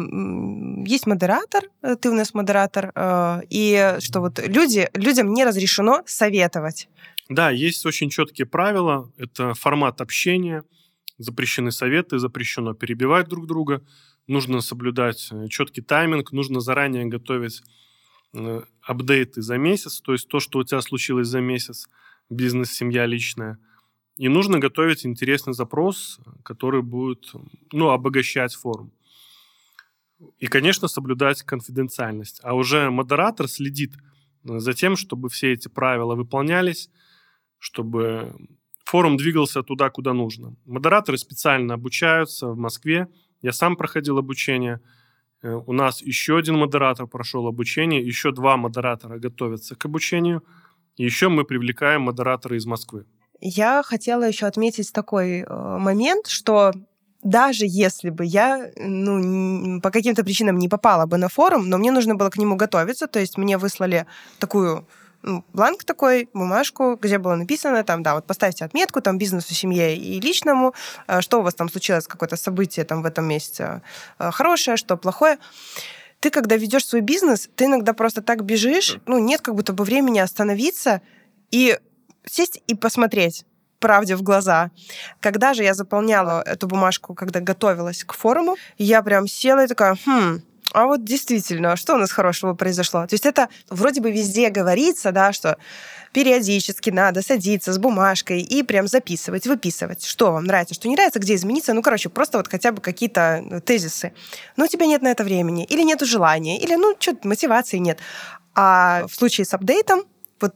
S1: есть модератор, ты у нас модератор, и что вот людям не разрешено советовать.
S2: Да, есть очень четкие правила. Это формат общения, запрещены советы, запрещено перебивать друг друга, нужно соблюдать четкий тайминг, нужно заранее готовить апдейты за месяц, то есть то, что у тебя случилось за месяц, бизнес, семья, личная. И нужно готовить интересный запрос, который будет обогащать форум. И, конечно, соблюдать конфиденциальность. А уже модератор следит за тем, чтобы все эти правила выполнялись, чтобы форум двигался туда, куда нужно. Модераторы специально обучаются в Москве. Я сам проходил обучение. У нас еще один модератор прошел обучение, еще 2 модератора готовятся к обучению, и еще мы привлекаем модератора из Москвы.
S1: Я хотела еще отметить такой момент, что даже если бы я по каким-то причинам не попала бы на форум, но мне нужно было к нему готовиться, то есть мне выслали такую бланк такой, бумажку, где было написано, там, да, вот поставьте отметку, там, бизнесу, семье и личному, что у вас там случилось, какое-то событие там в этом месяце хорошее, что плохое. Ты, когда ведешь свой бизнес, ты иногда просто так бежишь, нет как будто бы времени остановиться и сесть и посмотреть правде в глаза. Когда же я заполняла эту бумажку, когда готовилась к форуму, я прям села и такая, а вот действительно, что у нас хорошего произошло? То есть это вроде бы везде говорится, да, что периодически надо садиться с бумажкой и прям записывать, выписывать, что вам нравится, что не нравится, где измениться. Просто вот хотя бы какие-то тезисы. Но у тебя нет на это времени, или нету желания, или, что-то мотивации нет. А в случае с апдейтом, вот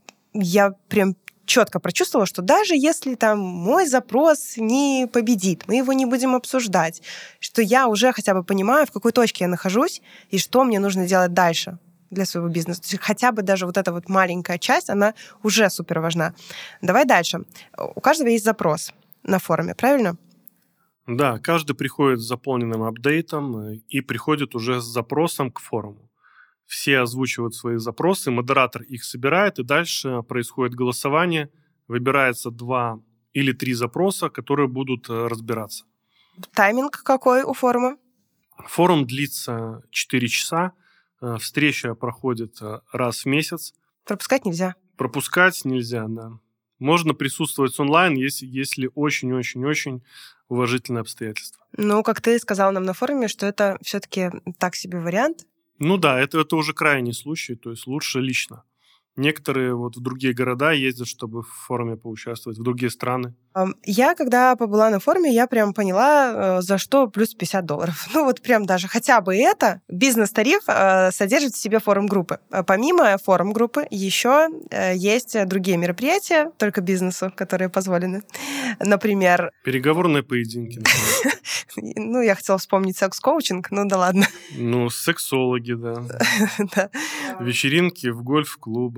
S1: я прям четко прочувствовала, что даже если там мой запрос не победит, мы его не будем обсуждать, что я уже хотя бы понимаю, в какой точке я нахожусь и что мне нужно делать дальше для своего бизнеса. То есть хотя бы даже вот эта вот маленькая часть, она уже супер важна. Давай дальше. У каждого есть запрос на форуме, правильно?
S2: Да, каждый приходит с заполненным апдейтом и приходит уже с запросом к форуму. Все озвучивают свои запросы, модератор их собирает, и дальше происходит голосование. Выбирается 2 или 3 запроса, которые будут разбираться.
S1: Тайминг какой у форума?
S2: Форум длится 4 часа. Встреча проходит раз в месяц.
S1: Пропускать нельзя.
S2: Пропускать нельзя, да. Можно присутствовать онлайн, если очень-очень-очень уважительные обстоятельства.
S1: Как ты сказал нам на форуме, что это все-таки так себе вариант.
S2: Да, это уже крайний случай, то есть лучше лично. Некоторые вот в другие города ездят, чтобы в форуме поучаствовать, в другие страны.
S1: Я, когда побыла на форуме, я прям поняла, за что плюс $50. Вот прям даже хотя бы это, бизнес-тариф содержит в себе форум-группы. Помимо форум-группы еще есть другие мероприятия, только бизнесу, которые позволены. Например...
S2: Переговорные поединки, например.
S1: Я хотела вспомнить секс-коучинг, да ладно.
S2: Сексологи, да. Вечеринки в гольф-клубах.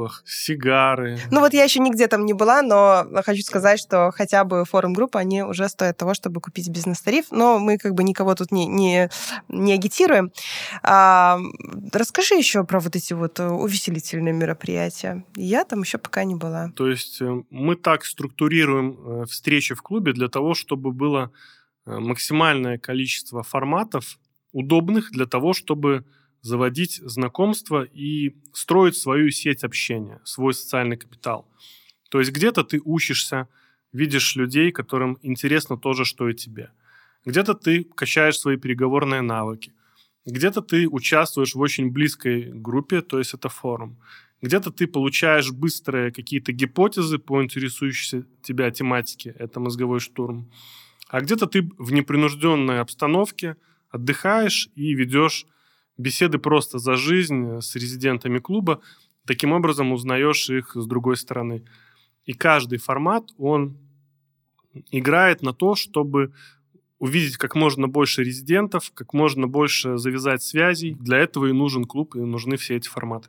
S2: клубах, сигары.
S1: Ну вот я еще нигде там не была, но хочу сказать, что хотя бы форум-группы, они уже стоят того, чтобы купить бизнес-тариф, но мы как бы никого тут не агитируем. Расскажи еще про вот эти вот увеселительные мероприятия. Я там еще пока не была.
S2: То есть мы так структурируем встречи в клубе для того, чтобы было максимальное количество форматов, удобных для того, чтобы заводить знакомства и строить свою сеть общения, свой социальный капитал. То есть где-то ты учишься, видишь людей, которым интересно то же, что и тебе. Где-то ты качаешь свои переговорные навыки. Где-то ты участвуешь в очень близкой группе, то есть это форум. Где-то ты получаешь быстрые какие-то гипотезы по интересующейся тебя тематике, это мозговой штурм. А где-то ты в непринужденной обстановке отдыхаешь и ведешь беседы просто за жизнь с резидентами клуба. Таким образом узнаешь их с другой стороны. И каждый формат, он играет на то, чтобы увидеть как можно больше резидентов, как можно больше завязать связей. Для этого и нужен клуб, и нужны все эти форматы.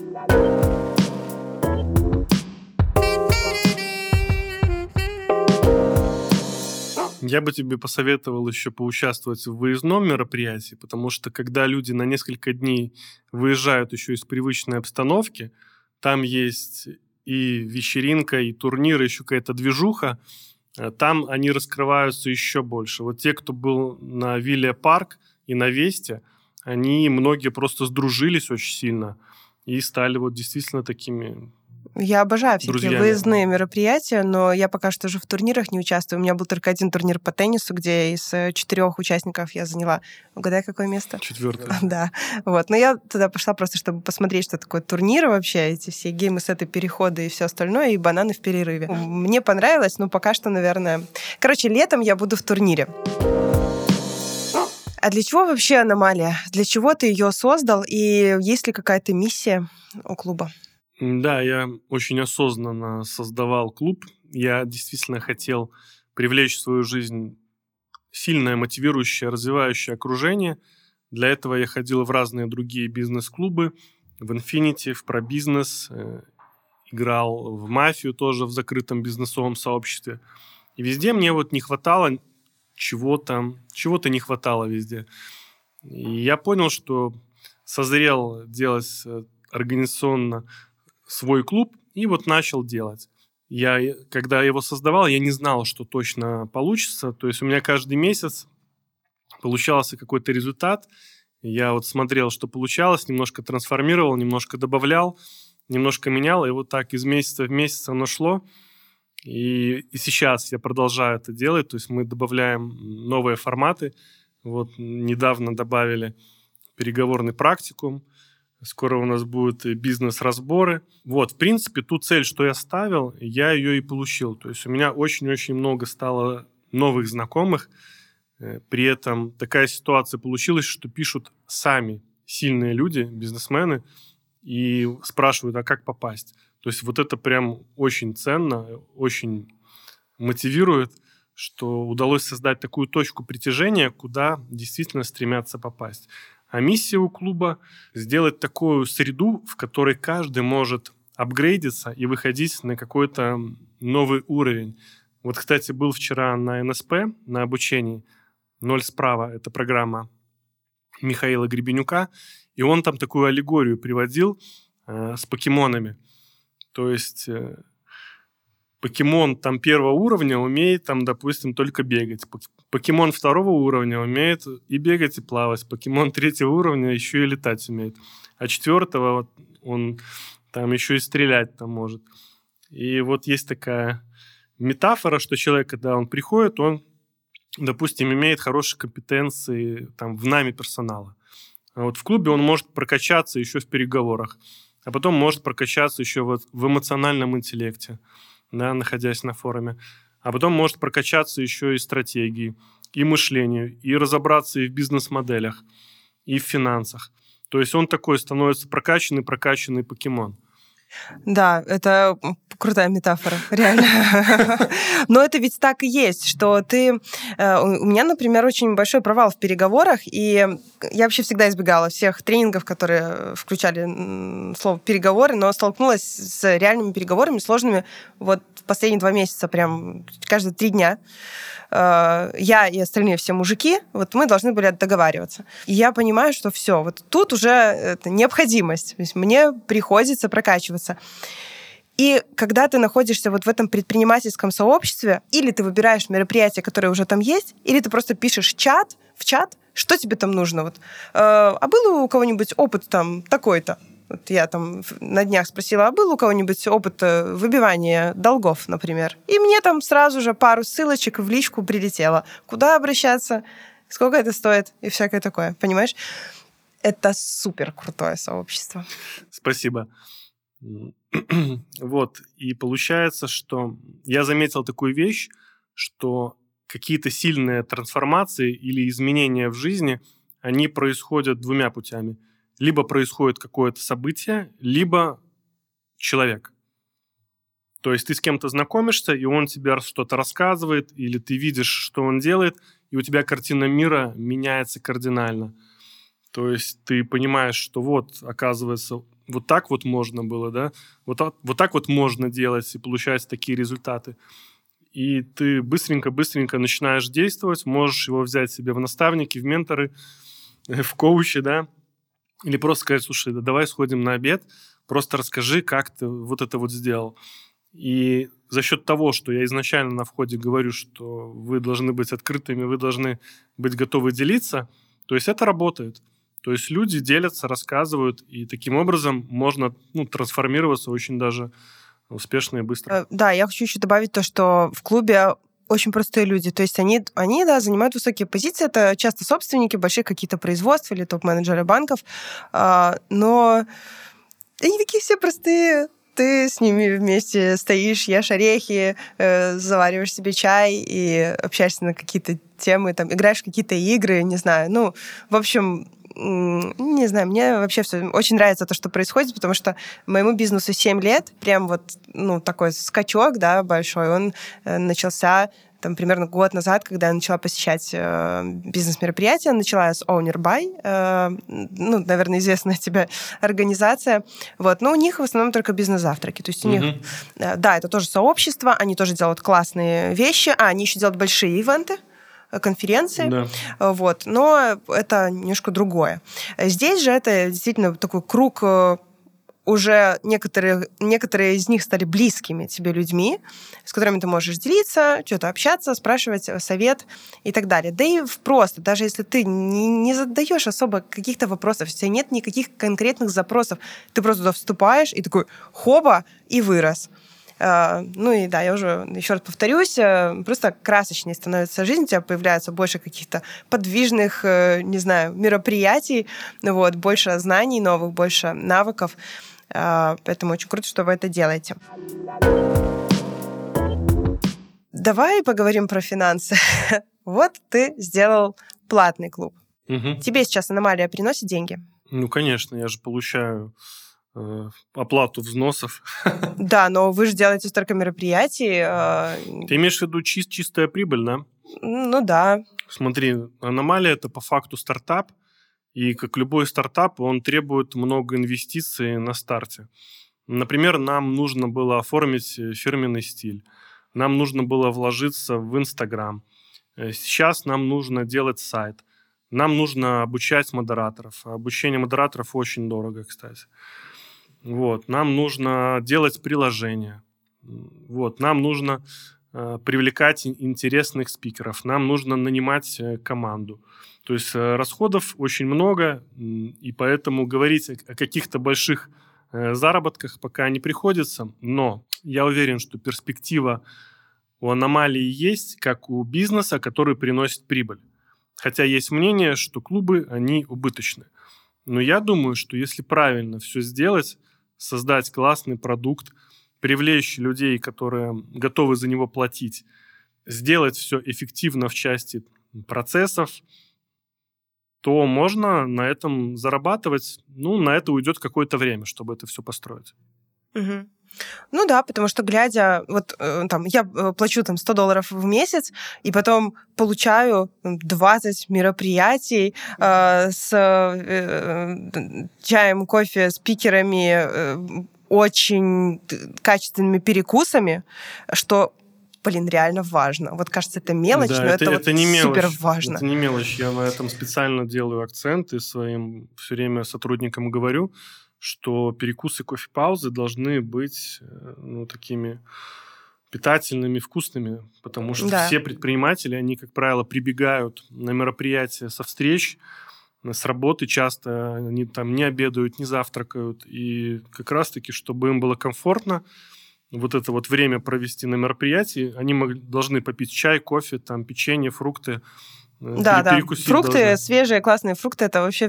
S2: Я бы тебе посоветовал еще поучаствовать в выездном мероприятии, потому что когда люди на несколько дней выезжают еще из привычной обстановки, там есть и вечеринка, и турнир, и еще какая-то движуха, там они раскрываются еще больше. Вот те, кто был на Вилле Парк и на Весте, они многие просто сдружились очень сильно и стали вот действительно такими...
S1: Я обожаю всякие
S2: друзьями.
S1: Выездные мероприятия, но я пока что же в турнирах не участвую. У меня был только один турнир по теннису, где из 4 участников я заняла, угадай, какое место?
S2: 4.
S1: Да. Вот. Но я туда пошла просто, чтобы посмотреть, что такое турниры вообще, эти все геймы, сеты, переходы и все остальное, и бананы в перерыве. Мне понравилось, но пока что, наверное... Короче, летом я буду в турнире. А для чего вообще аномалия? Для чего ты ее создал? И есть ли какая-то миссия у клуба?
S2: Да, я очень осознанно создавал клуб. Я действительно хотел привлечь в свою жизнь сильное, мотивирующее, развивающее окружение. Для этого я ходил в разные другие бизнес-клубы, в Infinity, в ProBusiness, играл в мафию тоже в закрытом бизнесовом сообществе. И везде мне вот не хватало чего-то не хватало везде. И я понял, что созрел делать организационно свой клуб, и вот начал делать. Когда его создавал, я не знал, что точно получится. То есть у меня каждый месяц получался какой-то результат. Я вот смотрел, что получалось, немножко трансформировал, немножко добавлял, немножко менял, и вот так из месяца в месяц оно шло. И сейчас я продолжаю это делать. То есть мы добавляем новые форматы. Вот недавно добавили переговорный практикум. Скоро у нас будут бизнес-разборы. Вот, в принципе, ту цель, что я ставил, я ее и получил. То есть у меня очень-очень много стало новых знакомых. При этом такая ситуация получилась, что пишут сами сильные люди, бизнесмены, и спрашивают, а как попасть? То есть вот это прям очень ценно, очень мотивирует, что удалось создать такую точку притяжения, куда действительно стремятся попасть. А миссия у клуба – сделать такую среду, в которой каждый может апгрейдиться и выходить на какой-то новый уровень. Вот, кстати, был вчера на НСП, на обучении «Ноль справа» – это программа Михаила Гребенюка, и он там такую аллегорию приводил с покемонами. То есть покемон там первого уровня умеет, там, допустим, только бегать. Покемон второго уровня умеет и бегать, и плавать. Покемон третьего уровня еще и летать умеет. А четвертого вот, он там еще и стрелять там может. И вот есть такая метафора, что человек, когда он приходит, он, допустим, имеет хорошие компетенции там, в найме персонала. А вот в клубе он может прокачаться еще в переговорах, а потом может прокачаться еще вот в эмоциональном интеллекте, да, находясь на форуме. А потом может прокачаться еще и стратегии, и мышлению, и разобраться и в бизнес-моделях, и в финансах. То есть он такой становится прокачанный покемон.
S1: Да, это крутая метафора, реально. Но это ведь так и есть, что ты... У меня, например, очень большой провал в переговорах, и я вообще всегда избегала всех тренингов, которые включали слово «переговоры», но столкнулась с реальными переговорами, сложными вот в последние 2 месяца, прям каждые 3 дня. Я и остальные все мужики, вот мы должны были договариваться. И я понимаю, что все, вот тут уже это необходимость. То есть мне приходится прокачиваться. И когда ты находишься вот в этом предпринимательском сообществе, или ты выбираешь мероприятия, которые уже там есть, или ты просто пишешь в чат, что тебе там нужно. Вот, а был у кого-нибудь опыт там такой-то? Вот я там на днях спросила, а был у кого-нибудь опыт выбивания долгов, например? И мне там сразу же пару ссылочек в личку прилетело. Куда обращаться, сколько это стоит и всякое такое, понимаешь? Это супер крутое сообщество.
S2: Спасибо. Вот, и получается, что я заметил такую вещь, что какие-то сильные трансформации или изменения в жизни, они происходят 2 путями. Либо происходит какое-то событие, либо человек. То есть ты с кем-то знакомишься, и он тебе что-то рассказывает, или ты видишь, что он делает, и у тебя картина мира меняется кардинально. То есть ты понимаешь, что вот, оказывается, вот так вот можно было, да? Вот так вот можно делать, и получаются такие результаты. И ты быстренько начинаешь действовать, можешь его взять себе в наставники, в менторы, в коучи, да? Или просто сказать, слушай, да давай сходим на обед, просто расскажи, как ты вот это вот сделал. И за счет того, что я изначально на входе говорю, что вы должны быть открытыми, вы должны быть готовы делиться, то есть это работает. То есть люди делятся, рассказывают, и таким образом можно трансформироваться очень даже успешно и быстро.
S1: Да, я хочу еще добавить то, что в клубе очень простые люди. То есть они да, занимают высокие позиции. Это часто собственники больших каких-то производств или топ-менеджеры банков. Но они такие все простые. Ты с ними вместе стоишь, ешь орехи, завариваешь себе чай и общаешься на какие-то темы, там, играешь в какие-то игры, не знаю. Ну, в общем, не знаю, мне вообще все очень нравится то, что происходит, потому что моему бизнесу 7 лет, прям вот, такой скачок, да, большой, он начался там примерно год назад, когда я начала посещать бизнес-мероприятия, начала с Owner By, наверное, известная тебе организация. Вот. Но у них в основном только бизнес-завтраки. То есть у них, да, это тоже сообщество, они тоже делают классные вещи, они еще делают большие ивенты, конференции,
S2: да.
S1: Вот, но это немножко другое. Здесь же это действительно такой круг, уже некоторые из них стали близкими тебе людьми, с которыми ты можешь делиться, что-то общаться, спрашивать совет и так далее. Да и просто, даже если ты не задаешь особо каких-то вопросов, у тебя нет никаких конкретных запросов, ты просто туда вступаешь и такой хоба, и вырос. Ну и да, я уже еще раз повторюсь, просто красочнее становится жизнь, у тебя появляется больше каких-то подвижных, не знаю, мероприятий, вот, больше знаний новых, больше навыков, поэтому очень круто, что вы это делаете. Давай поговорим про финансы. Вот ты сделал платный клуб. Тебе сейчас Аномалия приносит деньги?
S2: Ну, конечно, я же получаю оплату взносов.
S1: Да, но вы же делаете столько мероприятий.
S2: Ты имеешь в виду чистая прибыль, да?
S1: Ну да.
S2: Смотри, Аномалия – это по факту стартап, и как любой стартап, он требует много инвестиций на старте. Например, нам нужно было оформить фирменный стиль, нам нужно было вложиться в Инстаграм, сейчас нам нужно делать сайт, нам нужно обучать модераторов. Обучение модераторов очень дорого, кстати. Вот. Нам нужно делать приложения. Вот. Нам нужно привлекать интересных спикеров. Нам нужно нанимать команду. То есть расходов очень много, и поэтому говорить о каких-то больших заработках пока не приходится. Но я уверен, что перспектива у Аномалии есть, как у бизнеса, который приносит прибыль. Хотя есть мнение, что клубы, они убыточны. Но я думаю, что если правильно все сделать, создать классный продукт, привлечь людей, которые готовы за него платить, сделать все эффективно в части процессов, то можно на этом зарабатывать. Ну, на это уйдет какое-то время, чтобы это все построить.
S1: Мгм. Ну да, потому что глядя, вот там, я плачу там $100 в месяц, и потом получаю 20 мероприятий с чаем, кофе, спикерами, очень качественными перекусами, что, блин, реально важно. Вот кажется, это мелочь,
S2: Да,
S1: но это вот
S2: это не
S1: супер
S2: мелочь.
S1: важно.
S2: Это не мелочь. Я на этом специально делаю акцент и своим все время сотрудникам говорю, что перекусы, кофе-паузы должны быть такими питательными, вкусными, потому что
S1: Да.
S2: все предприниматели, они, как правило, прибегают на мероприятия со встреч, с работы часто, они там не обедают, не завтракают, и как раз-таки, чтобы им было комфортно, вот это вот время провести на мероприятии, они должны попить чай, кофе, там, печенье, фрукты,
S1: Да, да.
S2: перекусить
S1: Фрукты,
S2: должны.
S1: свежие, классные фрукты, это вообще,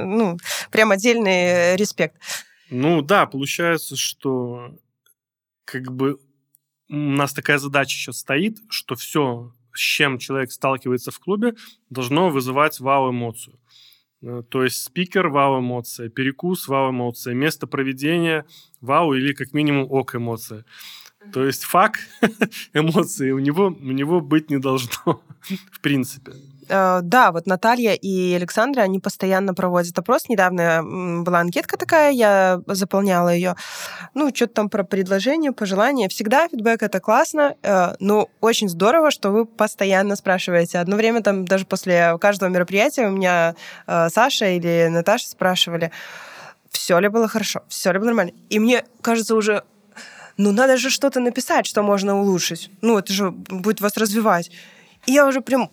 S1: прям отдельный респект.
S2: Ну да, получается, что как бы у нас такая задача сейчас стоит, что все, с чем человек сталкивается в клубе, должно вызывать вау-эмоцию. То есть спикер – вау-эмоция, перекус – вау-эмоция, место проведения – вау или как минимум ок-эмоция. То есть фак эмоции у него быть не должно, в принципе.
S1: Да, вот Наталья и Александра, они постоянно проводят опрос. Недавно была анкетка такая, я заполняла ее. Что-то там про предложения, пожелания. Всегда фидбэк — это классно, но очень здорово, что вы постоянно спрашиваете. Одно время там даже после каждого мероприятия у меня Саша или Наташа спрашивали, все ли было хорошо, все ли было нормально. И мне кажется уже, надо же что-то написать, что можно улучшить. Это же будет вас развивать. И я уже прям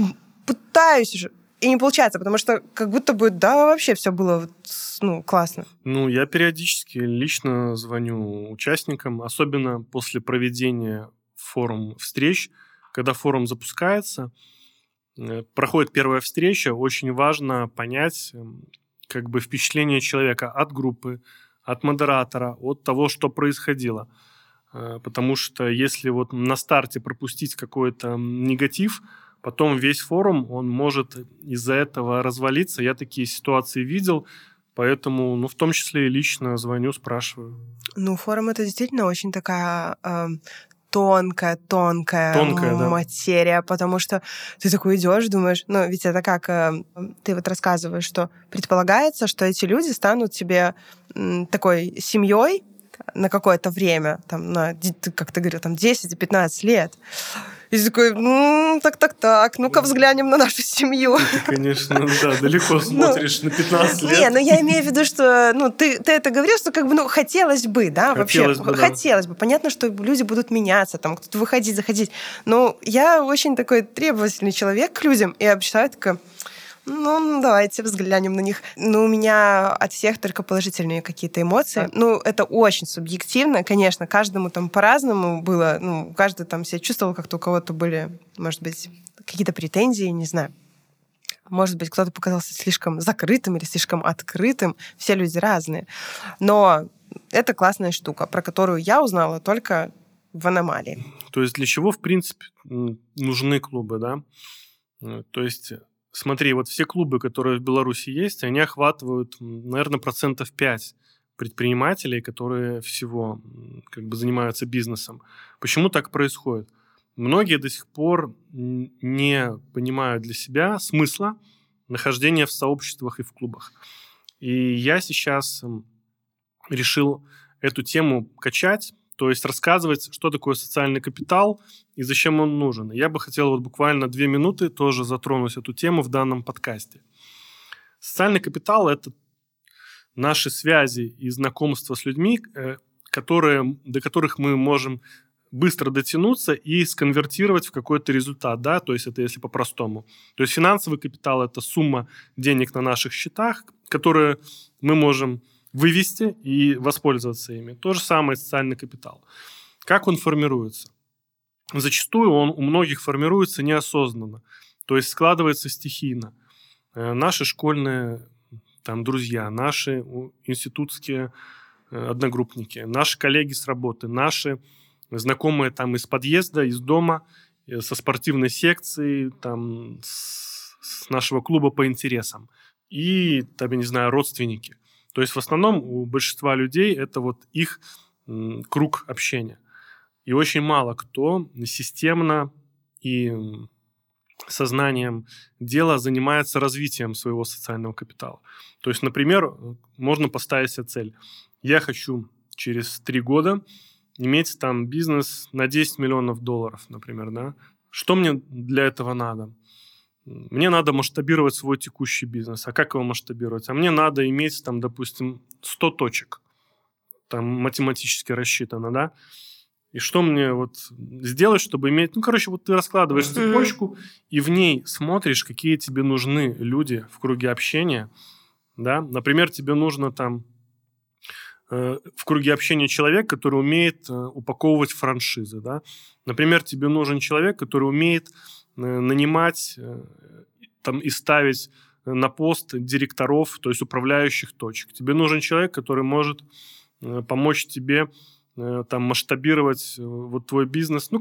S1: пытаюсь уже. И не получается, потому что как будто бы, да, вообще все было классно.
S2: Я периодически лично звоню участникам, особенно после проведения форум-встреч. Когда форум запускается, проходит первая встреча, очень важно понять как бы впечатление человека от группы, от модератора, от того, что происходило. Потому что если вот на старте пропустить какой-то негатив, потом весь форум, он может из-за этого развалиться. Я такие ситуации видел, поэтому, в том числе и лично звоню, спрашиваю.
S1: Форум — это действительно очень такая тонкая материя, да. Потому что ты такой идешь, думаешь, ведь это как ты вот рассказываешь, что предполагается, что эти люди станут тебе такой семьей на какое-то время, там, как ты говорил, там 10-15 лет. И ты такой, так, ну-ка взглянем на нашу семью.
S2: Ты, конечно, да, далеко смотришь на 15 лет.
S1: Не, я имею в виду, что ты это говоришь, что как бы, хотелось бы, да, вообще. Хотелось бы. Понятно, что люди будут меняться, там, кто-то выходить, заходить. Но я очень такой требовательный человек к людям, и я считаю, такая, давайте взглянем на них. У меня от всех только положительные какие-то эмоции. Это очень субъективно, конечно, каждому там по-разному было. Каждый там себя чувствовал, как-то у кого-то были, может быть, какие-то претензии, не знаю. Может быть, кто-то показался слишком закрытым или слишком открытым. Все люди разные. Но это классная штука, про которую я узнала только в аномалии.
S2: То есть для чего, в принципе, нужны клубы, да? То есть смотри, вот все клубы, которые в Беларуси есть, они охватывают, наверное, 5% предпринимателей, которые всего как бы занимаются бизнесом. Почему так происходит? Многие до сих пор не понимают для себя смысла нахождения в сообществах и в клубах. И я сейчас решил эту тему качать, то есть рассказывать, что такое социальный капитал и зачем он нужен. Я бы хотел вот буквально 2 минуты тоже затронуть эту тему в данном подкасте. Социальный капитал – это наши связи и знакомства с людьми, до которых мы можем быстро дотянуться и сконвертировать в какой-то результат, да, то есть это если по-простому. То есть финансовый капитал – это сумма денег на наших счетах, которые мы можем вывести и воспользоваться ими. То же самое социальный капитал. Как он формируется? Зачастую он у многих формируется неосознанно, то есть складывается стихийно. Наши школьные там, друзья, наши институтские одногруппники, наши коллеги с работы, наши знакомые там из подъезда, из дома, со спортивной секции, там, с нашего клуба по интересам. И, там, я не знаю, родственники. То есть в основном у большинства людей это вот их круг общения. И очень мало кто системно и сознанием дела занимается развитием своего социального капитала. То есть, например, можно поставить себе цель. Я хочу через 3 года иметь там бизнес на 10 миллионов долларов, например, да? Что мне для этого надо? Мне надо масштабировать свой текущий бизнес. А как его масштабировать? А мне надо иметь там, допустим, 100 точек. Там математически рассчитано, да? И что мне вот сделать, чтобы иметь... вот ты раскладываешь цепочку, и в ней смотришь, какие тебе нужны люди в круге общения, да? Например, тебе нужно там в круге общения человек, который умеет упаковывать франшизы, да? Например, тебе нужен человек, который умеет нанимать там, и ставить на пост директоров, то есть управляющих точек. Тебе нужен человек, который может помочь тебе там масштабировать вот твой бизнес.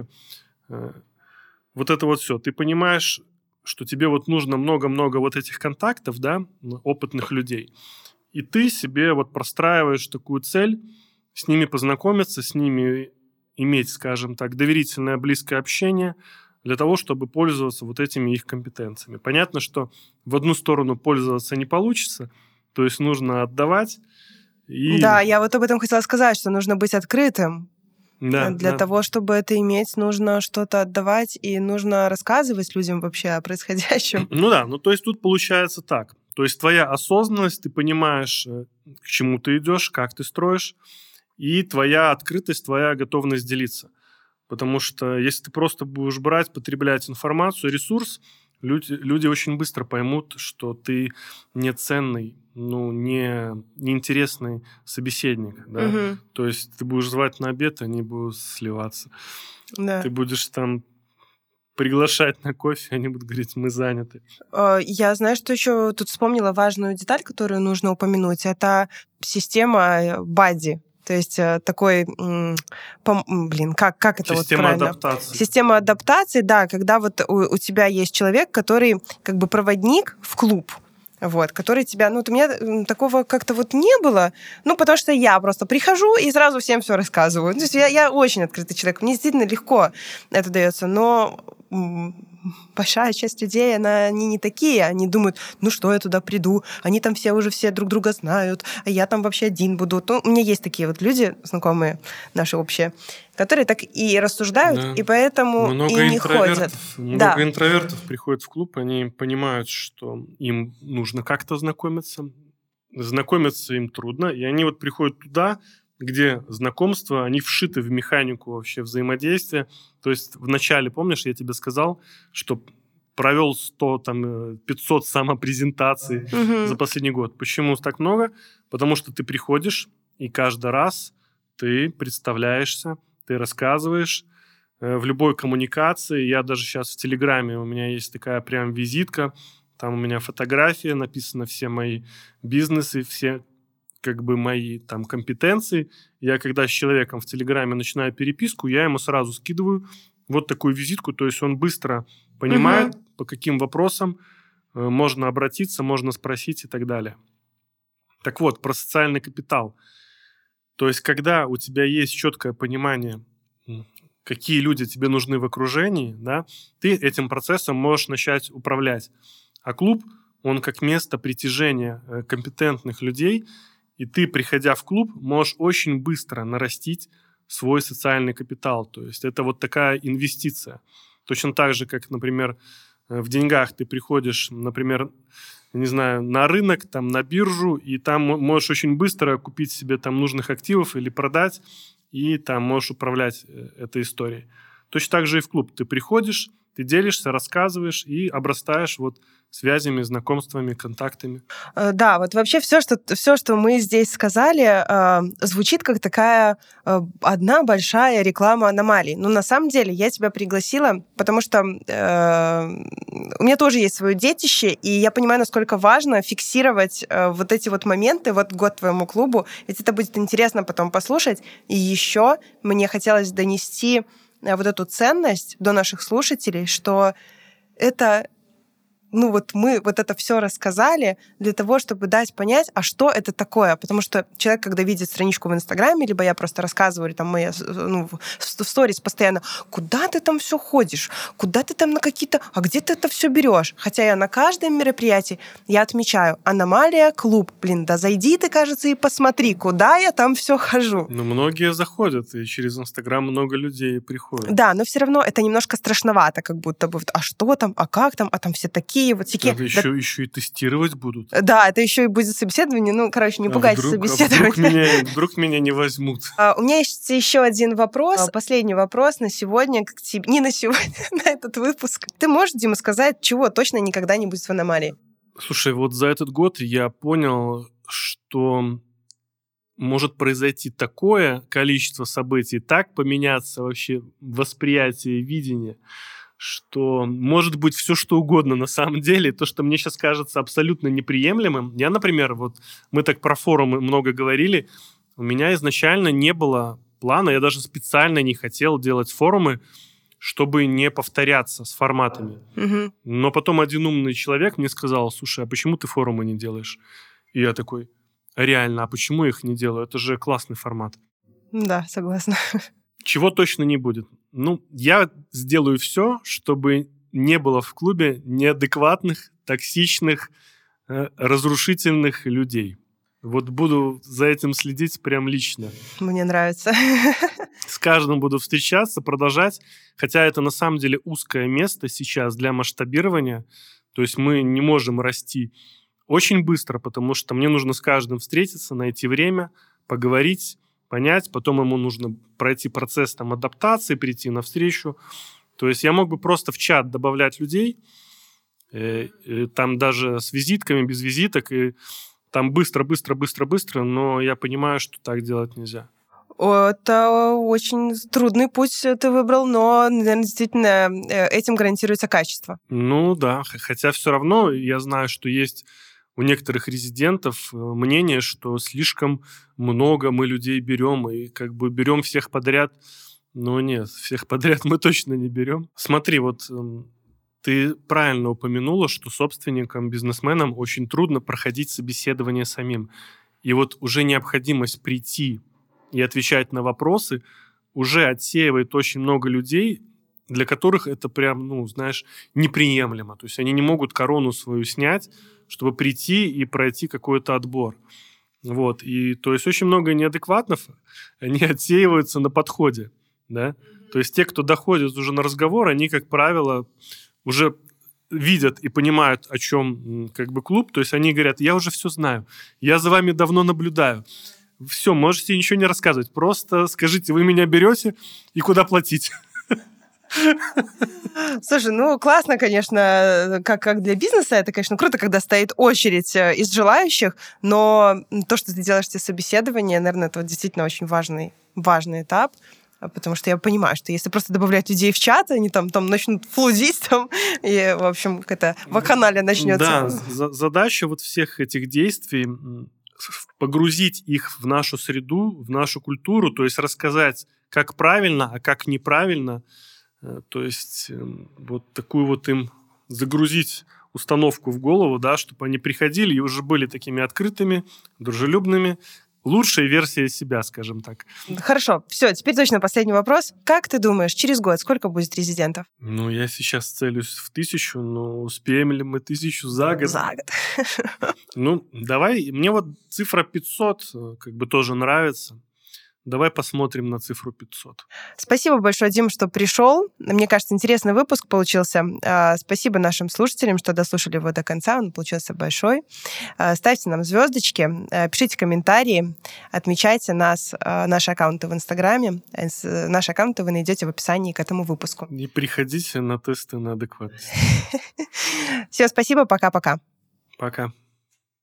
S2: Вот это вот все. Ты понимаешь, что тебе вот нужно много-много вот этих контактов, да, опытных людей. И ты себе вот простраиваешь такую цель, с ними познакомиться, с ними иметь, скажем так, доверительное, близкое общение для того, чтобы пользоваться вот этими их компетенциями. Понятно, что в одну сторону пользоваться не получится, то есть нужно отдавать.
S1: Да, я вот об этом хотела сказать, что нужно быть открытым. Для того, чтобы это иметь, нужно что-то отдавать, и нужно рассказывать людям вообще о происходящем.
S2: То есть тут получается так. То есть твоя осознанность, ты понимаешь, к чему ты идешь, как ты строишь, и твоя открытость, твоя готовность делиться. Потому что если ты просто будешь брать, потреблять информацию, ресурс, люди очень быстро поймут, что ты не ценный, неинтересный собеседник. Да?
S1: Угу.
S2: То есть ты будешь звать на обед, они будут сливаться.
S1: Да.
S2: Ты будешь там приглашать на кофе, они будут говорить, мы заняты.
S1: Я, знаю, что еще тут вспомнила важную деталь, которую нужно упомянуть. Это система бадди. То есть такой, как это
S2: Система
S1: вот правильно?
S2: Адаптации.
S1: Система адаптации, да, когда вот у тебя есть человек, который как бы проводник в клуб, вот, который тебя... у меня такого как-то вот не было, потому что я просто прихожу и сразу всем все рассказываю. То есть я очень открытый человек, мне действительно легко это дается, но большая часть людей, они не такие, они думают, что я туда приду, они там все друг друга знают, а я там вообще один буду. У меня есть такие вот люди, знакомые наши общие, которые так и рассуждают, да. И поэтому и не ходят.
S2: Много интровертов приходят в клуб, они понимают, что им нужно как-то знакомиться. Знакомиться им трудно, и они вот приходят туда, где знакомства, они вшиты в механику вообще взаимодействия. То есть вначале, помнишь, я тебе сказал, что провел 500 самопрезентаций за последний год. Почему так много? Потому что ты приходишь, и каждый раз ты представляешься, ты рассказываешь. В любой коммуникации, я даже сейчас в Телеграме, у меня есть такая прям визитка, там у меня фотография, написано все мои бизнесы, все мои там компетенции. Я когда с человеком в Телеграме начинаю переписку, я ему сразу скидываю вот такую визитку, то есть он быстро понимает, по каким вопросам можно обратиться, можно спросить и так далее. Так вот, про социальный капитал. То есть когда у тебя есть четкое понимание, какие люди тебе нужны в окружении, да, ты этим процессом можешь начать управлять. А клуб, он как место притяжения компетентных людей, и ты, приходя в клуб, можешь очень быстро нарастить свой социальный капитал. То есть это вот такая инвестиция. Точно так же, как, например, в деньгах ты приходишь, например, не знаю, на рынок, там, на биржу, и там можешь очень быстро купить себе там нужных активов или продать, и там можешь управлять этой историей. Точно так же и в клуб. Ты приходишь, ты делишься, рассказываешь и обрастаешь вот связями, знакомствами, контактами.
S1: Да, вот вообще все, что мы здесь сказали, звучит как такая одна большая реклама аномалий. Но на самом деле я тебя пригласила, потому что у меня тоже есть свое детище, и я понимаю, насколько важно фиксировать вот эти вот моменты, вот год твоему клубу, ведь это будет интересно потом послушать. И еще мне хотелось донести вот эту ценность до наших слушателей, что это мы вот это все рассказали для того, чтобы дать понять, а что это такое. Потому что человек, когда видит страничку в Инстаграме, либо я просто рассказываю, или там в сторис постоянно, куда ты там все ходишь, куда ты там на какие-то... А где ты это все берешь? Хотя я на каждом мероприятии я отмечаю: аномалия, клуб. Да зайди ты, кажется, и посмотри, куда я там все хожу.
S2: Многие заходят, и через Инстаграм много людей приходят.
S1: Да, но все равно это немножко страшновато, как будто бы. А что там, а как там, а там все такие вот всякие...
S2: Это еще и тестировать будут.
S1: Да, это еще и будет собеседование. Не пугайтесь собеседования.
S2: Вдруг меня не возьмут.
S1: У меня есть еще один вопрос. Последний вопрос на сегодня. Не на сегодня, на этот выпуск. Ты можешь, Дима, сказать, чего точно никогда не будет в аномалии?
S2: Слушай, вот за этот год я понял, что может произойти такое количество событий, так поменяться вообще восприятие, видение, что может быть все что угодно на самом деле. То, что мне сейчас кажется абсолютно неприемлемым. Я, например, мы так про форумы много говорили, у меня изначально не было плана, я даже специально не хотел делать форумы, чтобы не повторяться с форматами.
S1: Угу.
S2: Но потом один умный человек мне сказал: слушай, а почему ты форумы не делаешь? И я такой: реально, а почему я их не делаю? Это же классный формат.
S1: Да, согласна.
S2: Чего точно не будет? Я сделаю все, чтобы не было в клубе неадекватных, токсичных, разрушительных людей. Вот буду за этим следить прям лично.
S1: Мне нравится.
S2: С каждым буду встречаться, продолжать. Хотя это на самом деле узкое место сейчас для масштабирования. То есть мы не можем расти очень быстро, потому что мне нужно с каждым встретиться, найти время, поговорить, понять. Потом ему нужно пройти процесс адаптации, прийти навстречу. То есть я мог бы просто в чат добавлять людей, там даже с визитками, без визиток, и там быстро, но я понимаю, что так делать нельзя.
S1: Это очень трудный путь ты выбрал, но, наверное, действительно этим гарантируется качество.
S2: Да, хотя все равно я знаю, что есть у некоторых резидентов мнение, что слишком много мы людей берем, и берем всех подряд. Но нет, всех подряд мы точно не берем. Смотри, ты правильно упомянула, что собственникам, бизнесменам очень трудно проходить собеседование самим. И уже необходимость прийти и отвечать на вопросы уже отсеивает очень много людей, для которых это прям, неприемлемо. То есть они не могут корону свою снять, чтобы прийти и пройти какой-то отбор. И то есть очень много неадекватных, они отсеиваются на подходе, да. То есть те, кто доходит уже на разговор, они, как правило, уже видят и понимают, о чем клуб. То есть они говорят: я уже все знаю, я за вами давно наблюдаю. Все, можете ничего не рассказывать. Просто скажите, вы меня берете и куда платить?
S1: Слушай, классно, конечно, как для бизнеса, это, конечно, круто, когда стоит очередь из желающих, но то, что ты делаешь эти собеседования, наверное, это действительно очень важный этап, потому что я понимаю, что если просто добавлять людей в чат, они там начнут флудить, и, в общем, какая-то вакханалия начнется.
S2: Да, задача всех этих действий — погрузить их в нашу среду, в нашу культуру, то есть рассказать, как правильно, а как неправильно. То есть такую им загрузить установку в голову, да, чтобы они приходили и уже были такими открытыми, дружелюбными, лучшей версией себя, скажем так.
S1: Хорошо, все, теперь точно последний вопрос. Как ты думаешь, через год сколько будет резидентов?
S2: Я сейчас целюсь в 1000, но успеем ли мы 1000 за год?
S1: За год.
S2: Давай, мне цифра 500 тоже нравится. Давай посмотрим на цифру 500.
S1: Спасибо большое, Дим, что пришел. Мне кажется, интересный выпуск получился. Спасибо нашим слушателям, что дослушали его до конца. Он получился большой. Ставьте нам звездочки, пишите комментарии, отмечайте нас, наши аккаунты в Инстаграме. Наши аккаунты вы найдете в описании к этому выпуску.
S2: И приходите на тесты на адекватность.
S1: Все, спасибо, пока-пока.
S2: Пока.